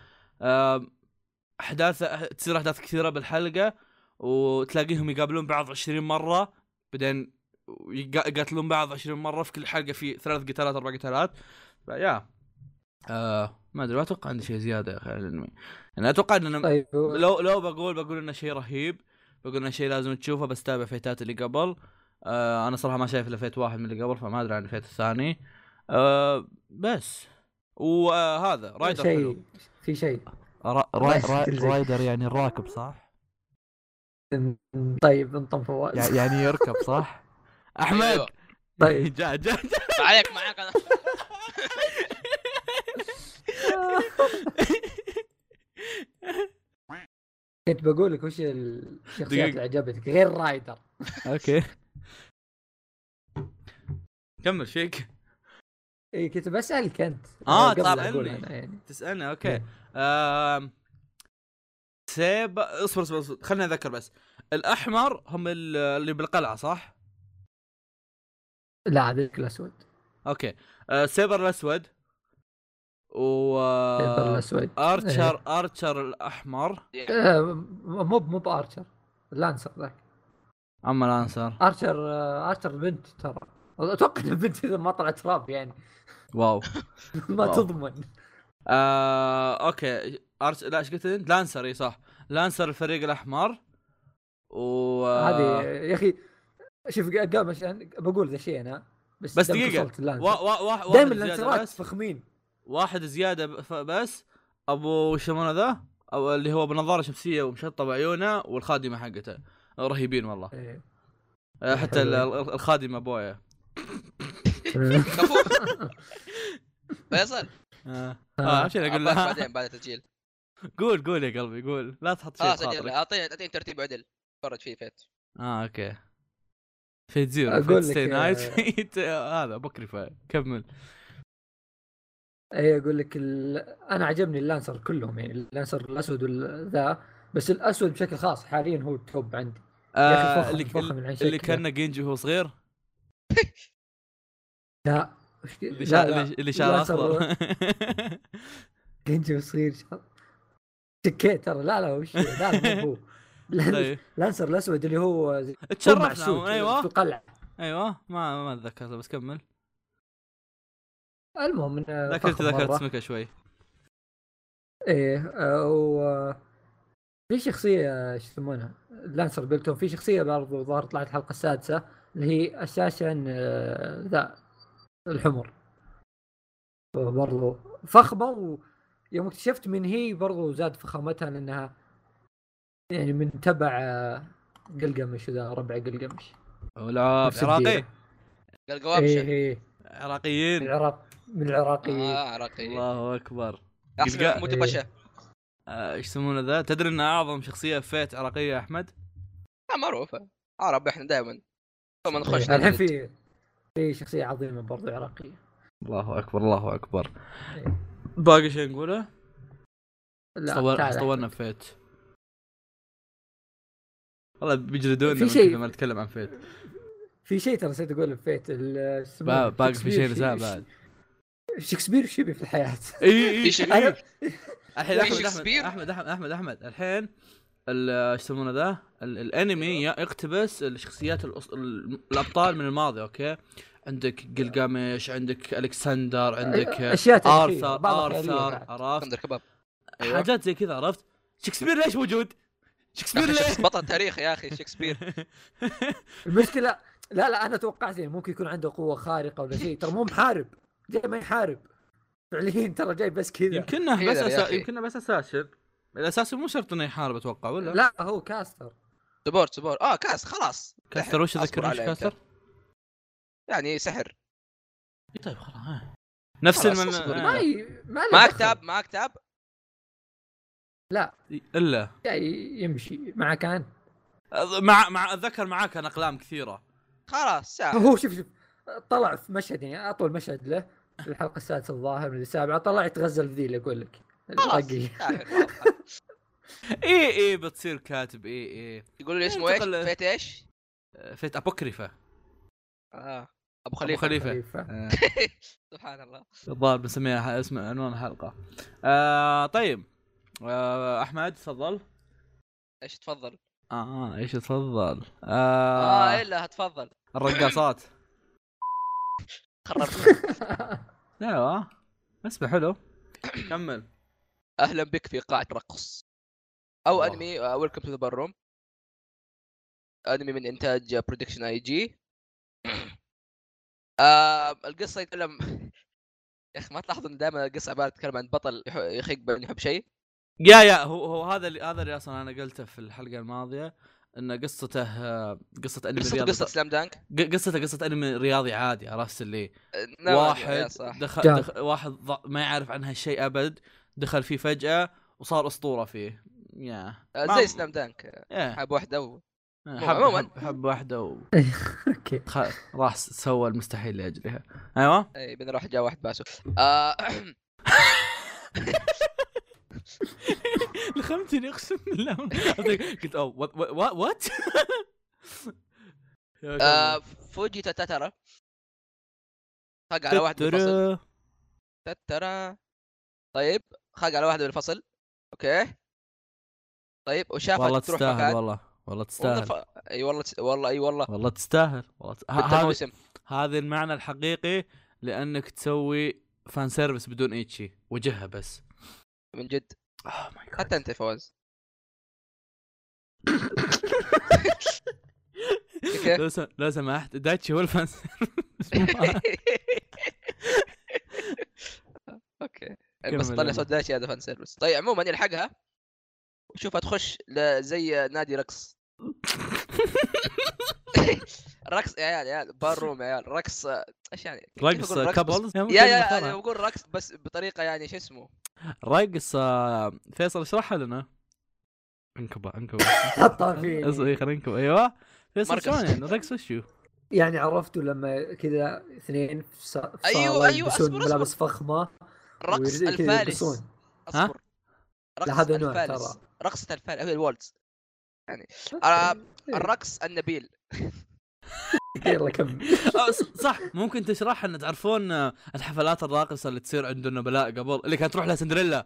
Speaker 1: تصير احداث كثيره بالحلقه وتلاقيهم يقابلون بعض 20 مره، بعدين يقاتلون بعض 20 مره في كل حلقه في 3 قتالات 4 قتالات. فيا ما ادري، ما اتوقع عندي شيء زياده يا اخي الانمي. انا اتوقع ان
Speaker 2: طيب
Speaker 1: لو بقول انه شيء رهيب، بقول انه شيء لازم تشوفه، بس تابع فيتات اللي قبل. انا صراحه ما شايف الا فيت واحد من اللي قبل، فما ادري عن الفيت الثاني. بس وهذا رايدر حلو.
Speaker 2: في شيء
Speaker 1: رايدر يعني الراكب صح؟
Speaker 2: طيب انطم فواز
Speaker 1: يعني يركب صح؟ احمد
Speaker 2: طيب
Speaker 1: جا
Speaker 3: معاك انا.
Speaker 2: كنت بقول لك وش الشخصيات اللي عجبتك غير رايدر.
Speaker 1: اوكي كمل فيك.
Speaker 2: اي كنت بسألك انت.
Speaker 1: تسألني اوكي. سيب اصبر خليني اذكر بس. الاحمر هم اللي بالقلعه صح؟
Speaker 2: لا هذاك الاسود.
Speaker 1: اوكي سيبر الاسود
Speaker 2: سيبر الاسود
Speaker 1: ارشر الاحمر.
Speaker 2: مو بارشر لانسر ذاك.
Speaker 1: اما لانسر
Speaker 2: ارشر بنت ترى اتوقع البنت اذا ما طلعت تراب يعني
Speaker 1: واو
Speaker 2: ما تضمن.
Speaker 1: اوكي لا ايش قلت انت؟ لانسر اي صح، لانسر الفريق الاحمر.
Speaker 2: هذه يا اخي شوف قبل بقول ذا شيء انا بس
Speaker 1: دقيقه
Speaker 2: دائما الانسرات فخمين.
Speaker 1: واحد زياده بس ابو شمونه ذا او اللي هو بنظاره شمسيه ومشطب بعيونه والخادمه حقته رهيبين والله. حتى الخادمه بويا
Speaker 3: فيصل
Speaker 1: عشان اقول لها
Speaker 3: بعدين بعد التسجيل.
Speaker 1: قول يا قلبي قول، لا تحط شيء خاطرك.
Speaker 3: اعطيني ترتيب عدل فرج فيه فيت.
Speaker 1: اوكي فيت زيرو فيت ستي نايت فيت هذا بكري. كمل.
Speaker 2: اي اقول لك انا عجبني اللانسر كلهم يعني اللانسر الاسود والذا، بس الاسود بشكل خاص حاليا هو التوب عندي. يا اخي
Speaker 1: اللي كان جينجي وهو صغير.
Speaker 2: لا
Speaker 1: اللي شعر اخضر
Speaker 2: جينجي صغير سكيت ترى. لا وش لا هو لانسر الاسود اللي هو
Speaker 1: تشرفنا ايوه
Speaker 2: في القلعه.
Speaker 1: ايوه ما اتذكر بس كمل.
Speaker 2: المهم
Speaker 1: ذكرت اسمك شوي.
Speaker 2: ايه في شخصيه ايش يسمونها لانسر بيلتون، في شخصيه برضو ظهرت طلعت الحلقه السادسه اللي هي اساسا ذا الحمر برضو فخمه، ويوم اكتشفت من هي برضو زاد فخامتها لانها يعني من تبع قلقمش ذا ربع قلقمش.
Speaker 1: ولا عراقي
Speaker 3: قلقوابش
Speaker 1: عراقيين
Speaker 2: من العراقيين.
Speaker 3: عراقيين
Speaker 1: الله اكبر.
Speaker 3: احسن محمود باشا.
Speaker 1: ايش يسمونه ذا؟ تدري ان اعظم شخصيه فيت عراقيه يا احمد؟
Speaker 3: معروفه عرب احنا دائما فما نخش.
Speaker 2: الحين في شخصيه عظيمه برضو عراقيه.
Speaker 1: الله اكبر الله اكبر. باقي شيء نقوله؟
Speaker 2: تعال
Speaker 1: طولنا فيت والله بيجلدونا
Speaker 2: في شيء-
Speaker 1: لما نتكلم عن فيت.
Speaker 2: في شيء ترى نسيت اقول فيت
Speaker 1: باقي في شيء نساه بعد.
Speaker 2: شكسبير شبي في الحياه.
Speaker 1: اي
Speaker 3: في
Speaker 1: الحين
Speaker 3: في شكسبير؟
Speaker 1: احمد الحين ايش يسمونه ذا الانمي يقتبس الشخصيات الابطال من الماضي. اوكي عندك جلجامش، عندك الكسندر، عندك
Speaker 2: أشياء تاريخية،
Speaker 1: ارثر
Speaker 2: بعض خيالية بعد.
Speaker 1: عرفت
Speaker 3: خندر كباب.
Speaker 1: حاجات زي كذا عرفت. شكسبير ليش موجود؟ شكسبير
Speaker 3: يا أخي
Speaker 1: ليه؟
Speaker 3: شخص بطل تاريخ يا اخي شكسبير.
Speaker 2: المشكله لا انا توقعت يعني ممكن يكون عنده قوه خارقه ولا شيء، ترى مو محارب، جاي ما يحارب فعليا، ترى جاي بس كذا.
Speaker 1: يمكنه بس اساسن. الاساسي مو شرط انه يحارب اتوقع ولا
Speaker 2: لا هو كاستر.
Speaker 3: سبور كاس خلاص.
Speaker 1: كاستر. وش
Speaker 3: أصبر
Speaker 1: ذكر وش
Speaker 3: عليه أنت.
Speaker 1: كاستر؟
Speaker 3: يعني سحر.
Speaker 1: طيب خلاص نفس
Speaker 3: خلاص،
Speaker 1: المن...
Speaker 3: أصبر.
Speaker 2: ما له
Speaker 3: ما
Speaker 2: دخل.
Speaker 3: كتاب ما كتاب.
Speaker 2: لا
Speaker 1: الا
Speaker 2: جاي يمشي مع كان.
Speaker 1: مع اتذكر معاه كان اقلام كثيره.
Speaker 3: خلاص ساعة.
Speaker 2: هو شوف طلع في مشهد يعني اطول مشهد له في الحلقه السادسه الظاهر من السابعه، طلع يتغزل في ذي اللي اقول لك
Speaker 3: خلاص
Speaker 2: الرقي.
Speaker 3: يا أخي، خلاص.
Speaker 1: ايه بتصير كاتب. ايه
Speaker 3: يقولوا لي اسمه ايش؟
Speaker 1: انتقل-
Speaker 3: فيت ايش؟
Speaker 1: فيت ابوكريفا.
Speaker 3: ابو خليفه.
Speaker 2: خليفة.
Speaker 3: سبحان الله.
Speaker 1: الظاهر بنسميها اسم عنوان الحلقه. طيب احمد تفضل.
Speaker 3: ايش تفضل؟
Speaker 1: ايش تفضل؟
Speaker 3: الا هتفضل.
Speaker 1: الرقاصات.
Speaker 3: قررت.
Speaker 1: ايوه اسمع حلو. كمل.
Speaker 3: اهلا بك في قاعة رقص او
Speaker 1: الله.
Speaker 3: انمي ويلكم تو ذا بارروم. انمي من انتاج برودكشن اي جي. القصة يتكلم يا اخي ما تلاحظوا ان دائما القصة عبارة تتكلم عن بطل يخيق بين يحب شيء.
Speaker 1: يا هو هذا اللي اصلا انا قلته في الحلقه الماضيه ان قصته قصه انمي رياضي.
Speaker 3: قصة سلام دانك.
Speaker 1: قصه انمي رياضي عادي عرفت اللي
Speaker 3: واحد
Speaker 1: واحد ما يعرف عنها شيء ابد، دخل فيه فجاه وصار اسطوره فيه.
Speaker 3: زي سلام دانك.
Speaker 1: يا
Speaker 3: حب واحدة
Speaker 1: حب واحده
Speaker 2: اوكي
Speaker 1: راح سوى المستحيل لاجلها. ايوه
Speaker 3: اي بين راح جاء واحد باسو.
Speaker 1: لخمتني اقسم بالله. قلت وات.
Speaker 3: فوجي تترى خاق على واحد بالفصل. تترى طيب خاق على واحد بالفصل. اوكي طيب وشافها تروح مكان.
Speaker 1: والله تستاهل.
Speaker 3: اي والله
Speaker 1: تستاهل.
Speaker 3: هذا
Speaker 1: هذا المعنى الحقيقي لانك تسوي فان سيرفيس بدون اي شيء وجهها بس
Speaker 3: من جد. حتى انت فواز.
Speaker 1: لو سمحت دايتشي هو الفان
Speaker 3: اوكي بس طلع صوت دايتشي هذا فان سيرفيس. طيب عموما يلحقها وشوفها تخش زي نادي رقص. رقص يا عيال بار روم يا عيال رقص ايش يعني
Speaker 1: رقص كابلز
Speaker 3: يا بقول رقص بس بطريقه يعني شو اسمه
Speaker 1: رقص. فيصل اشرحها لنا. انكبه
Speaker 2: حطها فيه
Speaker 1: خلينا ننكب. ايوه فيصل شلون يعني رقص وشو
Speaker 2: يعني عرفتوا لما كذا اثنين في صالة
Speaker 3: ايوه
Speaker 2: يلبسون ملابس فخمه
Speaker 3: رقص الفارس. اصبر
Speaker 2: رقص الفارس
Speaker 3: رقصة الفارس هي الوالتز يعني الرقص النبيل.
Speaker 2: يلا كم
Speaker 1: صح. ممكن تشرح ان تعرفون الحفلات الراقصه اللي تصير عند النبلاء قبل اللي كانت تروح لها سندريلا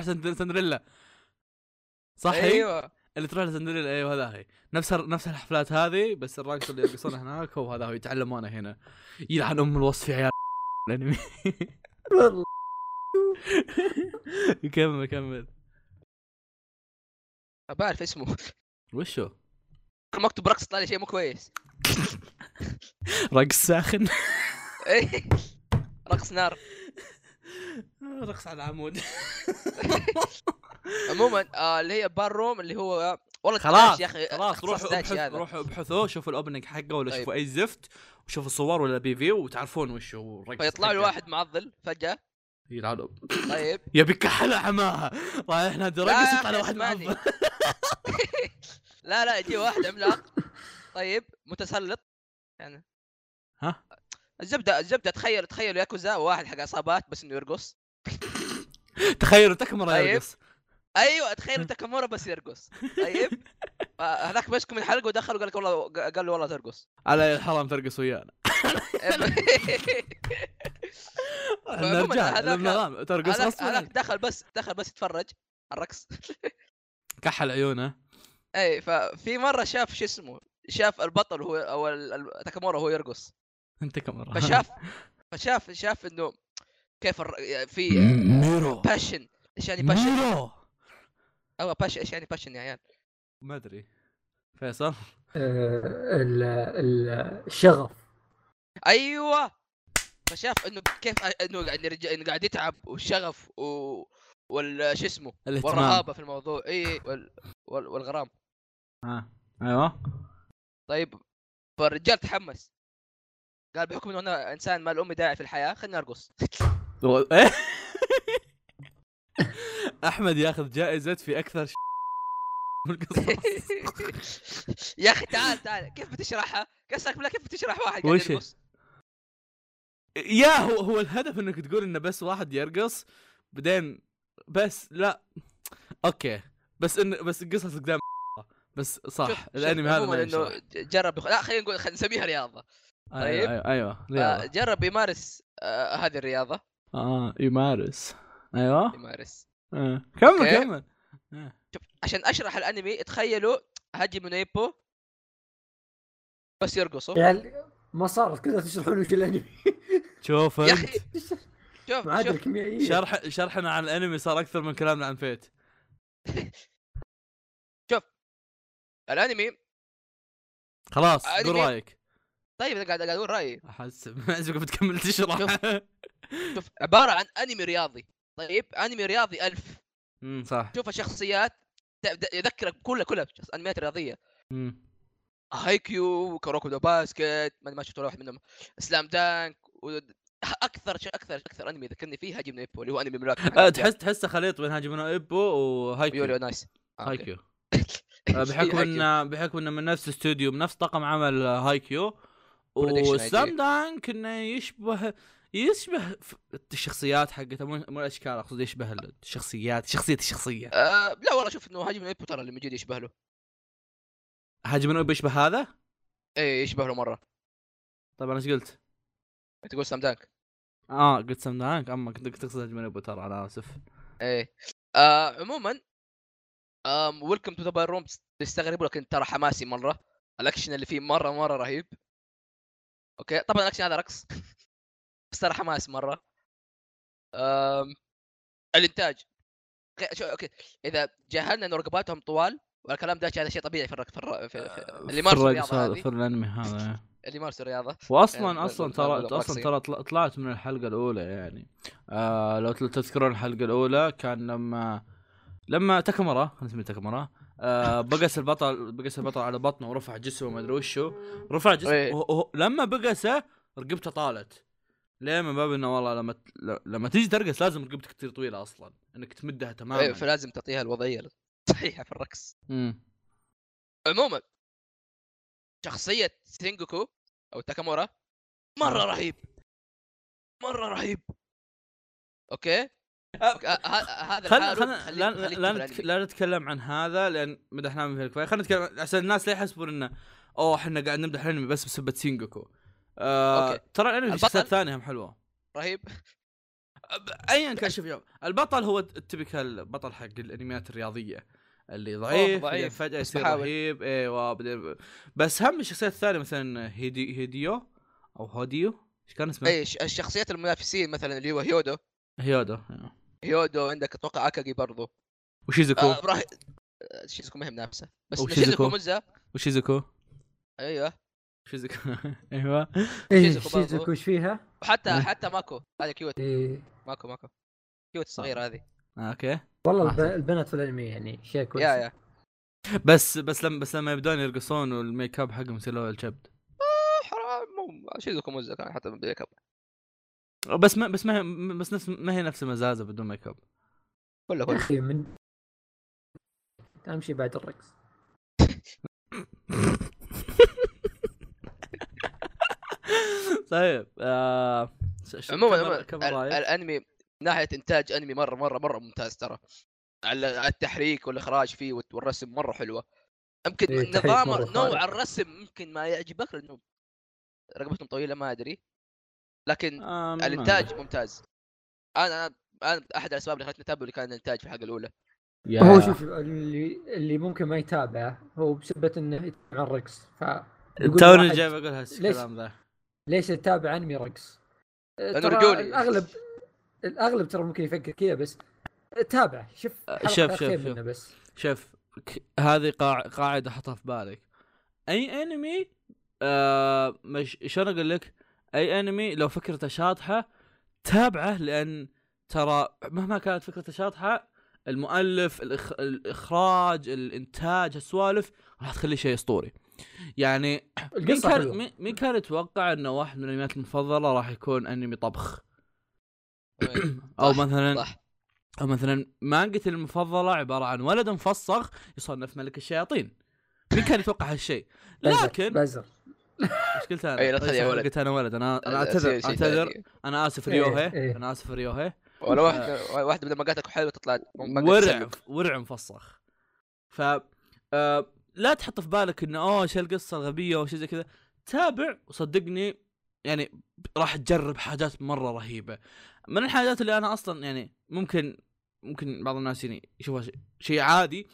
Speaker 1: صح.
Speaker 3: ايوه
Speaker 1: اللي تروح لها سندريلا. ايوه هذا هي نفس الحفلات هذه بس الراقص اللي يرقصون هناك هو هذا هو يتعلمونه هنا. يلعن ام الوصف يا عيال الانمي.
Speaker 2: والله
Speaker 1: كمل
Speaker 3: بعرف اسمه
Speaker 1: وشو
Speaker 3: مكتوب رقص طالع شيء مو كويس.
Speaker 1: رقص ساخن.
Speaker 3: رقص نار.
Speaker 1: رقص على العمود.
Speaker 3: عموما اللي هي بار روم اللي هو والله
Speaker 1: خلاص
Speaker 3: يا اخي
Speaker 1: خلاص روحوا ابحثوا شوفوا الاوبننج حقه ولا شوفوا اي زفت وشوفوا الصور ولا بي في وتعرفون وش هو الرقص.
Speaker 3: فيطلع له واحد معضل فجأة
Speaker 1: يلعب
Speaker 3: طيب
Speaker 1: يبي كحله حماها رايح نادي رقص يطلع له واحد معضل.
Speaker 3: لا يجي واحد عملاق طيب متسلط يعني.
Speaker 1: ها
Speaker 3: الزبده تخيلوا ياكوزا وواحد حق عصابات بس انه يرقص.
Speaker 1: تخيلوا تكمره
Speaker 3: طيب.
Speaker 1: يرقص
Speaker 3: ايوه تخيل تاكامورا بس يرقص. طيب هذاك مسكوا من حلقه ودخل وقال لك والله، قال له والله ترقص.
Speaker 1: على الحرام ترقص ويانا. نرجع للنظام ترقص غصبا.
Speaker 3: هذاك دخل بس يتفرج الرقص.
Speaker 1: كحل عيونه.
Speaker 3: اي ففي مره شاف شو اسمه، شاف البطل هو او تاكامورا هو يرقص.
Speaker 1: انت كم
Speaker 3: فشاف انه كيف في
Speaker 1: ميرو
Speaker 3: باشن. ايش يعني باشن؟
Speaker 1: ميرو
Speaker 3: باشن ايش يعني باشن يا عيال؟
Speaker 1: ما ادري. فيصل
Speaker 2: الشغف.
Speaker 3: ايوه فشاف انه كيف انه انه قاعد يتعب والشغف وال شو اسمه والرهابه في الموضوع. اي والغرام.
Speaker 1: ايوه.
Speaker 3: طيب فالرجال تحمس، قال بحكم انه انا انسان ما الامي داعي في الحياه خليني ارقص.
Speaker 1: احمد ياخذ جائزه في اكثر
Speaker 3: يا اخي تعال كيف بتشرحها؟ قصدك بلا كيف بتشرح واحد قاعد
Speaker 1: وش
Speaker 3: يرقص؟
Speaker 1: يا هو الهدف انك تقول انه بس واحد يرقص بعدين بس لا اوكي بس القصص قدام بس صح. الانمي هذا ما
Speaker 3: انه جرب لا خلينا نقول نسميها رياضه. طيب
Speaker 1: ايوه رياضه.
Speaker 3: جرب يمارس هذه الرياضه.
Speaker 1: يمارس. ايوه
Speaker 3: يمارس.
Speaker 1: كمل.
Speaker 3: شوف عشان اشرح الانمي تخيلوا هاجمي نو بس يرقصوا
Speaker 2: يعني ما صارت كذا تشرحون وش الانمي.
Speaker 1: شوف
Speaker 3: يا اخي
Speaker 2: شوف معادله كيميائيه.
Speaker 1: شرحنا عن الانمي صار اكثر من كلامنا عن فيت.
Speaker 3: شوف الانمي
Speaker 1: خلاص قول رايك.
Speaker 3: طيب انا قاعد اقول رايي.
Speaker 1: احس ما بتكمل تشرح.
Speaker 3: شوف عباره عن انمي رياضي. طيب انمي رياضي 1000.
Speaker 1: صح.
Speaker 3: شوف الشخصيات يذكرك كلها انميات رياضيه. هايكيو، كوروكو دو باسكت، ما شفت ولا واحد منهم. سلام دانك اكثر انمي ذكرني فيه هاجم نيبو اللي هو انمي ملاكمه.
Speaker 1: تحسه خليط بين هاجم نيبو وهايكيو.
Speaker 3: يوريو نايس.
Speaker 1: هايكيو بحكم انه من نفس الاستوديو بنفس طاقم عمل هايكيو. وسلام دانك انه يشبه الشخصيات حقتها مو الاشكال، اقصد يشبه الشخصيات الشخصيه.
Speaker 3: لا والله شوف انه هاجم نيبو ترى اللي موجود يشبه له.
Speaker 1: هاجم نيبو يشبه هذا؟
Speaker 3: ايه يشبه له مره.
Speaker 1: طيب انا ايش قلت؟
Speaker 3: تقول سلام دانك.
Speaker 1: قلت سلام دانك. اما كنت تقصد هاجم نيبو ترى. انا اسف.
Speaker 3: ايه عموما ويلكم تو ذا باي روم تستغربوا لكن ترى حماسي مره. الاكشن اللي فيه مره رهيب. اوكي طبعا الاكشن هذا رقص بس ترى حماس مره. الانتاج اوكي اذا جاهلنا انه رقباتهم طوال والكلام ده هذا شيء طبيعي في اللي مارسوا الرياضه هذه،
Speaker 1: في الانمي هذا
Speaker 3: اللي مارسوا الرياضه.
Speaker 1: واصلا ترى طلعت من الحلقه الاولى يعني. لو تذكرون الحلقه الاولى كان لما تاكامورا نسميه تاكامورا بقس البطل على بطنه ورفع جسمه ما ادري وشو رفع جسمه. لما بقسه رقبته طالت. ليه؟ من باب انه والله لما تيجي ترقص لازم رقبتك تصير طويله اصلا انك تمدها تماما.
Speaker 3: فلازم تعطيها الوضعيه صحيحه في الرقص. عموما شخصيه سينجوكو او تاكامورا مره رهيب. اوكي
Speaker 1: هذا لا نتكلم عن هذا لان مدحناه في الكفايه. خلينا نتكلم عشان الناس لا يحسبون انه احنا قاعد نمدح الانمي بس بسبب سينجوكو. ترى الانمي الشخصيات الثانيه هم حلوه رهيب. ايا كان شوف البطل هو التبكال بطل حق الانميات الرياضيه اللي ضعيف فجاه يصير رهيب. ايوه بس هم الشخصيات الثانيه مثلا هيديو او هوديو ايش كان اسمه؟
Speaker 3: اي الشخصيات المنافسين مثلا اللي هو هيودو عندك اتوقع اكاغي برضو
Speaker 1: وشيزوكو.
Speaker 3: شيزوكو ما هي منافسه بس شيزوكو مزه.
Speaker 1: وشيزوكو
Speaker 3: ايوه
Speaker 1: شيزوكو ايوه
Speaker 2: شيزوكو ايش فيها؟
Speaker 3: حتى ماكو هذه كيوت. ماكو كيوت الصغيره هذه.
Speaker 1: اوكي
Speaker 2: والله البنات في الانمي يعني شيء كويس.
Speaker 3: يا
Speaker 1: بس لما يبدون يرقصون والميك اب حقهم يصير له الكبد.
Speaker 3: حرام مو شيزوكو مزه كان حتى بالميك اب
Speaker 1: بس ما هي نفس المزازه بدون ميك اب.
Speaker 3: كله
Speaker 2: من امشي بعد الرقص.
Speaker 1: طيب
Speaker 3: عموما الانمي من ناحيه انتاج انمي مره ممتاز ترى. على التحريك والاخراج فيه والرسم مره حلوه. يمكن
Speaker 2: إيه، تحريك
Speaker 3: نظام
Speaker 2: مرة
Speaker 3: نوع
Speaker 2: خارق.
Speaker 3: الرسم ممكن ما يعجبك لانه رقبتهم طويله ما ادري، لكن
Speaker 1: ما
Speaker 3: الانتاج
Speaker 1: أدري.
Speaker 3: ممتاز. انا احد الاسباب اللي خلتني اتابعه اللي كان الانتاج في الحلقه الاولى.
Speaker 2: هو شوف اللي ممكن ما يتابعه هو بسبة انه يتابع الرقص، فبيقول
Speaker 1: توني
Speaker 2: واحد
Speaker 1: جاي بقول
Speaker 2: ليش
Speaker 1: هالكلام ذا.
Speaker 2: ليش تتابع انمي رقص؟
Speaker 3: لانه
Speaker 2: ترى
Speaker 3: رجولي.
Speaker 2: الاغلب ترى ممكن يفكر كذا، بس تابع شوف
Speaker 1: شوف
Speaker 2: حلقة
Speaker 1: شوف
Speaker 2: خير
Speaker 1: شوف
Speaker 2: منه بس.
Speaker 1: شوف هذه قاعدة حطها في بالك. اي انمي مش شلون اقول لك، اي انمي لو فكرته شاطحة تابعه، لان ترى مهما كانت فكرته شاطحة المؤلف الاخراج الانتاج السوالف راح تخلي شيء اسطوري. يعني
Speaker 2: القصة حلوة.
Speaker 1: مين كان يتوقع انه واحد من الانميات المفضلة راح يكون انمي طبخ او مثلا
Speaker 3: صح.
Speaker 1: او مثلا مانجتي المفضله عباره عن ولد مفصخ يصنف ملك الشياطين. مين كان يتوقع هالشيء؟ لكن
Speaker 2: بزر
Speaker 1: ايش قلت انا؟
Speaker 3: اي لا تخلي يا ولد.
Speaker 1: قلت انا ولد. انا
Speaker 3: أصير شيء
Speaker 1: اعتذر
Speaker 3: ثاني.
Speaker 1: انا اسف
Speaker 2: إيه،
Speaker 1: ريوهي.
Speaker 2: إيه.
Speaker 1: انا اسف ريوهي.
Speaker 3: ولا واحده بدل ما قالتك حلوه تطلع
Speaker 1: ورع مفصخ. ف لا تحط في بالك انه شو القصه الغبيه او شيء زي كذا. تابع وصدقني يعني راح تجرب حاجات مره رهيبه. من الحاجات اللي انا اصلا يعني ممكن بعض الناس يعني يشوفها شيء عادي.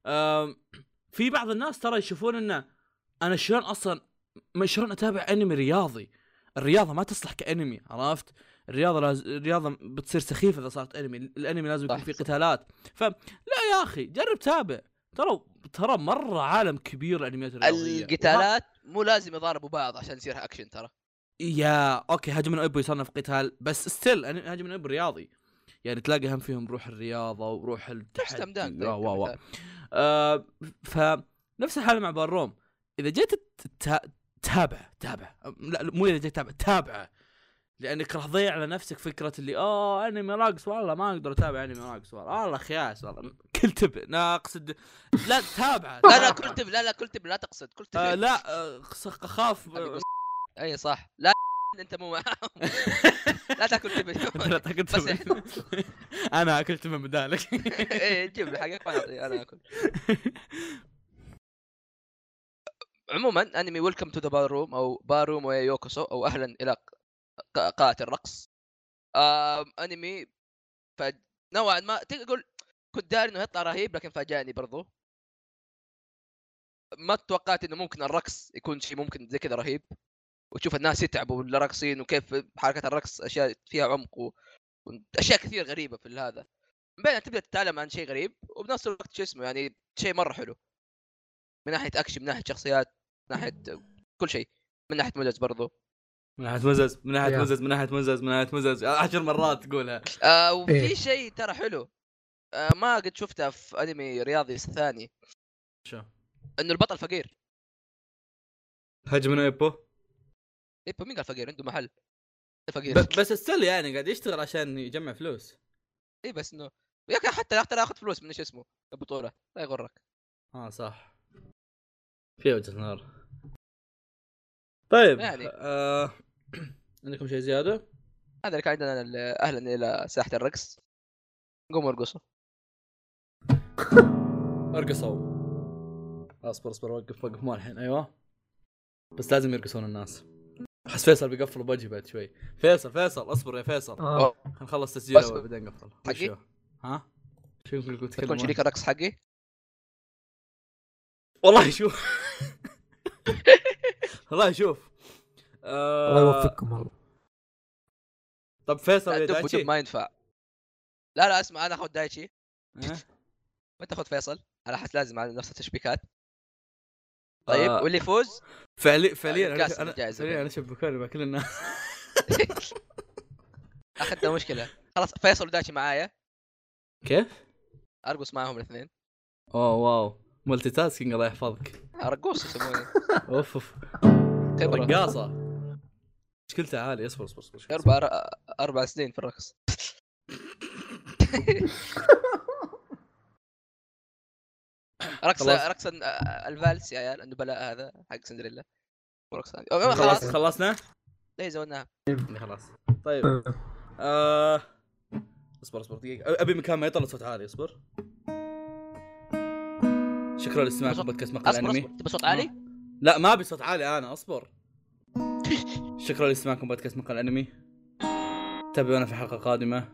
Speaker 1: في بعض الناس ترى يشوفون انه انا شلون اصلا شلون اتابع انمي رياضي. الرياضه ما تصلح كانمي، عرفت؟ الرياضه بتصير سخيفه اذا صارت انمي. الانمي لازم يكون فيه قتالات. فلا يا اخي جرب تابع. ترى مره عالم كبير الانميات الرياضيه.
Speaker 3: القتالات مو لازم يضاربوا بعض عشان يصير اكشن ترى.
Speaker 1: يا اوكي هاجم من ابو يصنف قتال، بس ستيل هاجم من ابو رياضي. يعني تلاقي هم فيهم روح الرياضه وروح التحدي. فنفس الحاله مع باروم. اذا جيت تابع لا مو اذا جيت تابع لانك راح تضيع على نفسك فكره اللي انمي راقص والله ما اقدر اتابع انمي راقص والله خياس والله كلتب ناقص لا تابع.
Speaker 3: لا كلتب لا كلتب لا تقصد كلتب
Speaker 1: لا اخاف.
Speaker 3: اي صح. لا انت مو معاهم. لا تاكل تبن.
Speaker 1: لا تاكل تبن. انا اكلت تبن بدالك.
Speaker 3: ايه جيب لي حقك وانا انا اكل. عموما انمي ويلكم تو ذا باروم او باروم ويوكوسو او اهلا الى قاعة الرقص. انمي نوعا ما تقول كنت داري انه يطلع رهيب لكن فاجأني برضو. ما توقعت انه ممكن الرقص يكون شيء ممكن زي كذا رهيب وتشوف الناس يتعبوا والراقصين وكيف حركات الرقص اشياء فيها عمق واشياء كثير غريبه في هذا. من بين تبدا تتعلم عن شيء غريب وبنفس الوقت شو اسمه يعني شيء مره حلو من ناحيه اكشن، من ناحيه شخصيات، من ناحيه كل شيء، من ناحيه مزز برضو،
Speaker 1: من ناحيه مزز 10 مرات تقولها.
Speaker 3: وفي شيء ترى حلو ما قد شفتها في انمي رياضي ثاني.
Speaker 1: شو
Speaker 3: انه البطل فقير.
Speaker 1: هاجم من ايبو
Speaker 3: مين قال فقير؟ عنده محل فقير.
Speaker 1: بس السل يعني قاعد يشتغل عشان يجمع فلوس.
Speaker 3: بس انه يا اخي حتى اخذ فلوس من ايش اسمه البطوله لا يغرك.
Speaker 1: صح في وجهة نظر. طيب
Speaker 3: يعني
Speaker 1: عندكم شيء زياده؟
Speaker 3: هذا اللي كان عندنا. اهلا الى ساحه الرقص. قوموا ارقصوا.
Speaker 1: ارقصوا. اصبر وقف مو الحين. ايوه بس لازم يرقصون الناس. احس فيصل بيقفل بوجهي بعد شوي. فيصل اصبر يا فيصل. نخلص تسجيل وبعدين نقفل.
Speaker 3: حقي
Speaker 1: ها شو يمكن قلت
Speaker 3: تكون شريك الرقص حقي.
Speaker 1: والله شوف والله شوف
Speaker 2: الله يوفقكم والله.
Speaker 1: طب فيصل يا
Speaker 3: دايتشي ما ينفع. لا اسمع انا اخذ دايتشي ما تاخذ فيصل على حس لازم على نفس التشبيكات. طيب واللي يفوز
Speaker 1: فعليا انا شبكوني مع كل الناس.
Speaker 3: اخذت مشكله خلاص. فيصل ودايتشي معايا
Speaker 1: كيف
Speaker 3: ارقص معهم الاثنين.
Speaker 1: واو ملتي تاسكينج الله يحفظك.
Speaker 3: رقوص يسمونه.
Speaker 1: اوف رقاصه مشكلته عالي. اصبر
Speaker 3: 4 سنين في الرقص. رقص الفالس يا عيال. انه بلاء هذا حق سندريلا.
Speaker 1: خلصنا
Speaker 3: ليه زودناها
Speaker 1: خلاص. طيب اصبر دقيقة، ابي مكان ما يطلع صوت عالي. اصبر. شكرا لاستماعكم بودكاست مقال انمي.
Speaker 3: تبي صوت عالي؟
Speaker 1: لا ما ابي صوت عالي انا. اصبر. شكرا لاستماعكم بودكاست مقال انمي. تابعونا في حلقة قادمة.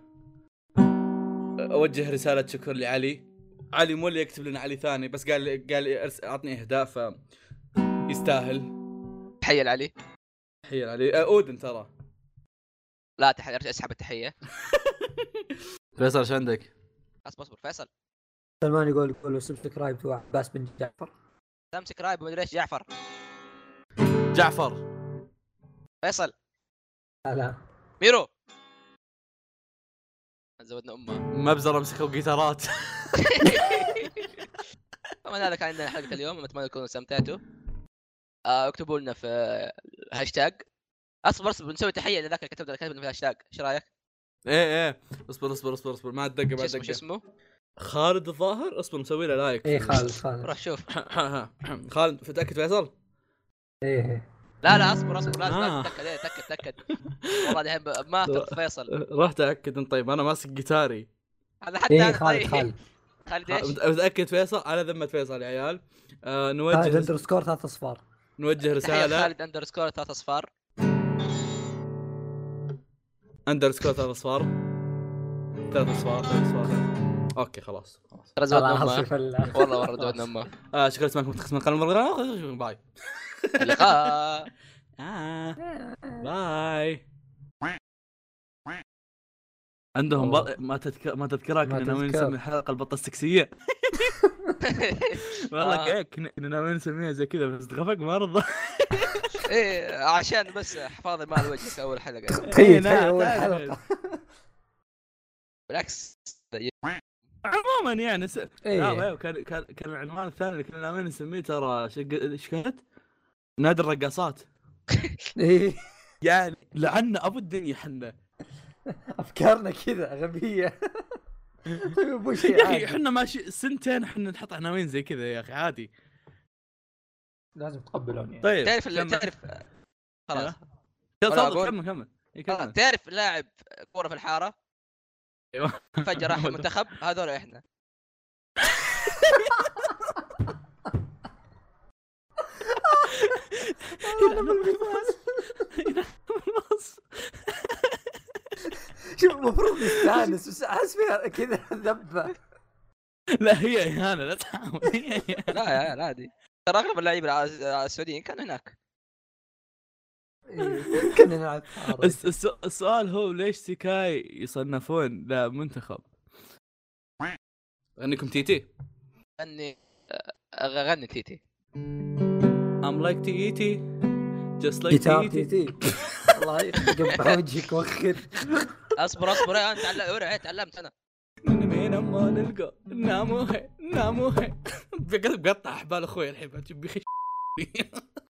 Speaker 1: اوجه رسالة شكر لعلي. علي مو اللي يكتب لنا علي ثاني، بس قال اعطني اهداء ف يستاهل.
Speaker 3: تحية لعلي.
Speaker 1: تحية علي. اودن ترى.
Speaker 3: لا تحية، ارجع اسحب التحية.
Speaker 1: فيصل ايش عندك؟
Speaker 3: اصبر فيصل.
Speaker 2: سلمان يقول سبسكرايب تو عباس بن جعفر.
Speaker 3: تمسك رايب ومدري ايش.
Speaker 1: جعفر.
Speaker 3: فيصل.
Speaker 2: لا
Speaker 3: ميرو. زودنا امه.
Speaker 1: مبزرة مسكوا جيتارات.
Speaker 3: ومن هذا كان عندنا حلقة اليوم، اتمنى تكونوا استمتعتوا. اكتبوا لنا في هاشتاج. اصبر نسوي تحية لذاك اللي كتب لنا في الهاشتاج، ايش رايك؟
Speaker 1: ايه اصبر ما الدقة
Speaker 3: شو اسمه؟
Speaker 1: خالد الظاهر. اصبر نسوي له لايك.
Speaker 2: ايه خالد
Speaker 3: روح شوف.
Speaker 1: خالد متأكد فيصل؟
Speaker 2: ايه
Speaker 3: لا اصبر لازم تأكد. والله دحين ما اثق فيصل.
Speaker 1: روح تأكد. طيب انا ماسك جيتاري.
Speaker 3: هذا حتى
Speaker 2: ايه خالد
Speaker 3: ايش؟
Speaker 1: متأكد فيصل؟ على ذمة فيصل يا عيال. نوجه
Speaker 2: خالد اندرسكور 3 اصفار.
Speaker 1: نوجه رسالة.
Speaker 3: خالد اندرسكور 3 اصفار.
Speaker 1: اندرسكور 3 اصفار. 3 اصفار. اوكي خلاص.
Speaker 3: والله زودنا امه.
Speaker 1: شكرا لسماعكم تقسم القلم. باي.
Speaker 3: اللقاء.
Speaker 1: باي. عندهم ما تذكرها كنا ناويين نسمي الحلقة البطة السكسية. والله كنا ناويين نسميها زي كذا بس غفق ما رضى.
Speaker 3: ايه عشان بس حفاظ مال وجهك اول حلقة.
Speaker 2: تخيل اول حلقة.
Speaker 3: بالعكس
Speaker 1: عموما يعني
Speaker 2: إيه.
Speaker 1: كان العنوان الثاني اللي كنا ناويين نسميه ترى ايش كانت؟ نادي الرقاصات.
Speaker 2: ايه
Speaker 1: يعني لعنا ابو الدنيا حنا
Speaker 2: افكارنا كذا غبيه. مو شيء
Speaker 1: يا
Speaker 2: عادي.
Speaker 1: اخي احنا ماشي سنتين احنا نحط عناوين زي كذا يا اخي عادي.
Speaker 2: لازم تقبلون يعني.
Speaker 1: طيب
Speaker 3: تعرف خلاص
Speaker 1: كمل.
Speaker 3: تعرف لاعب كورة في الحارة
Speaker 1: ايوه
Speaker 3: فجأة راح المنتخب، هذول احنا.
Speaker 2: شوف المفروض نستانس بس احس فيها كذا ذبه.
Speaker 1: لا هي اهانه لا تحاول.
Speaker 3: لا لا عادي، ترى اغلب اللاعبين السعوديين كانوا هناك.
Speaker 2: يمكن نلعب.
Speaker 1: السؤال هو ليش سيكاي يصنفون لا منتخب؟ غنيكم تيتي.
Speaker 3: غني تيتي.
Speaker 1: I'm like تيتي just like تيتي.
Speaker 2: الله يقبح وجهك وخر.
Speaker 3: اصبر انت تعلمت انا.
Speaker 1: من ما نلقى ناموه بقطع احبال اخوي الحين بيخش.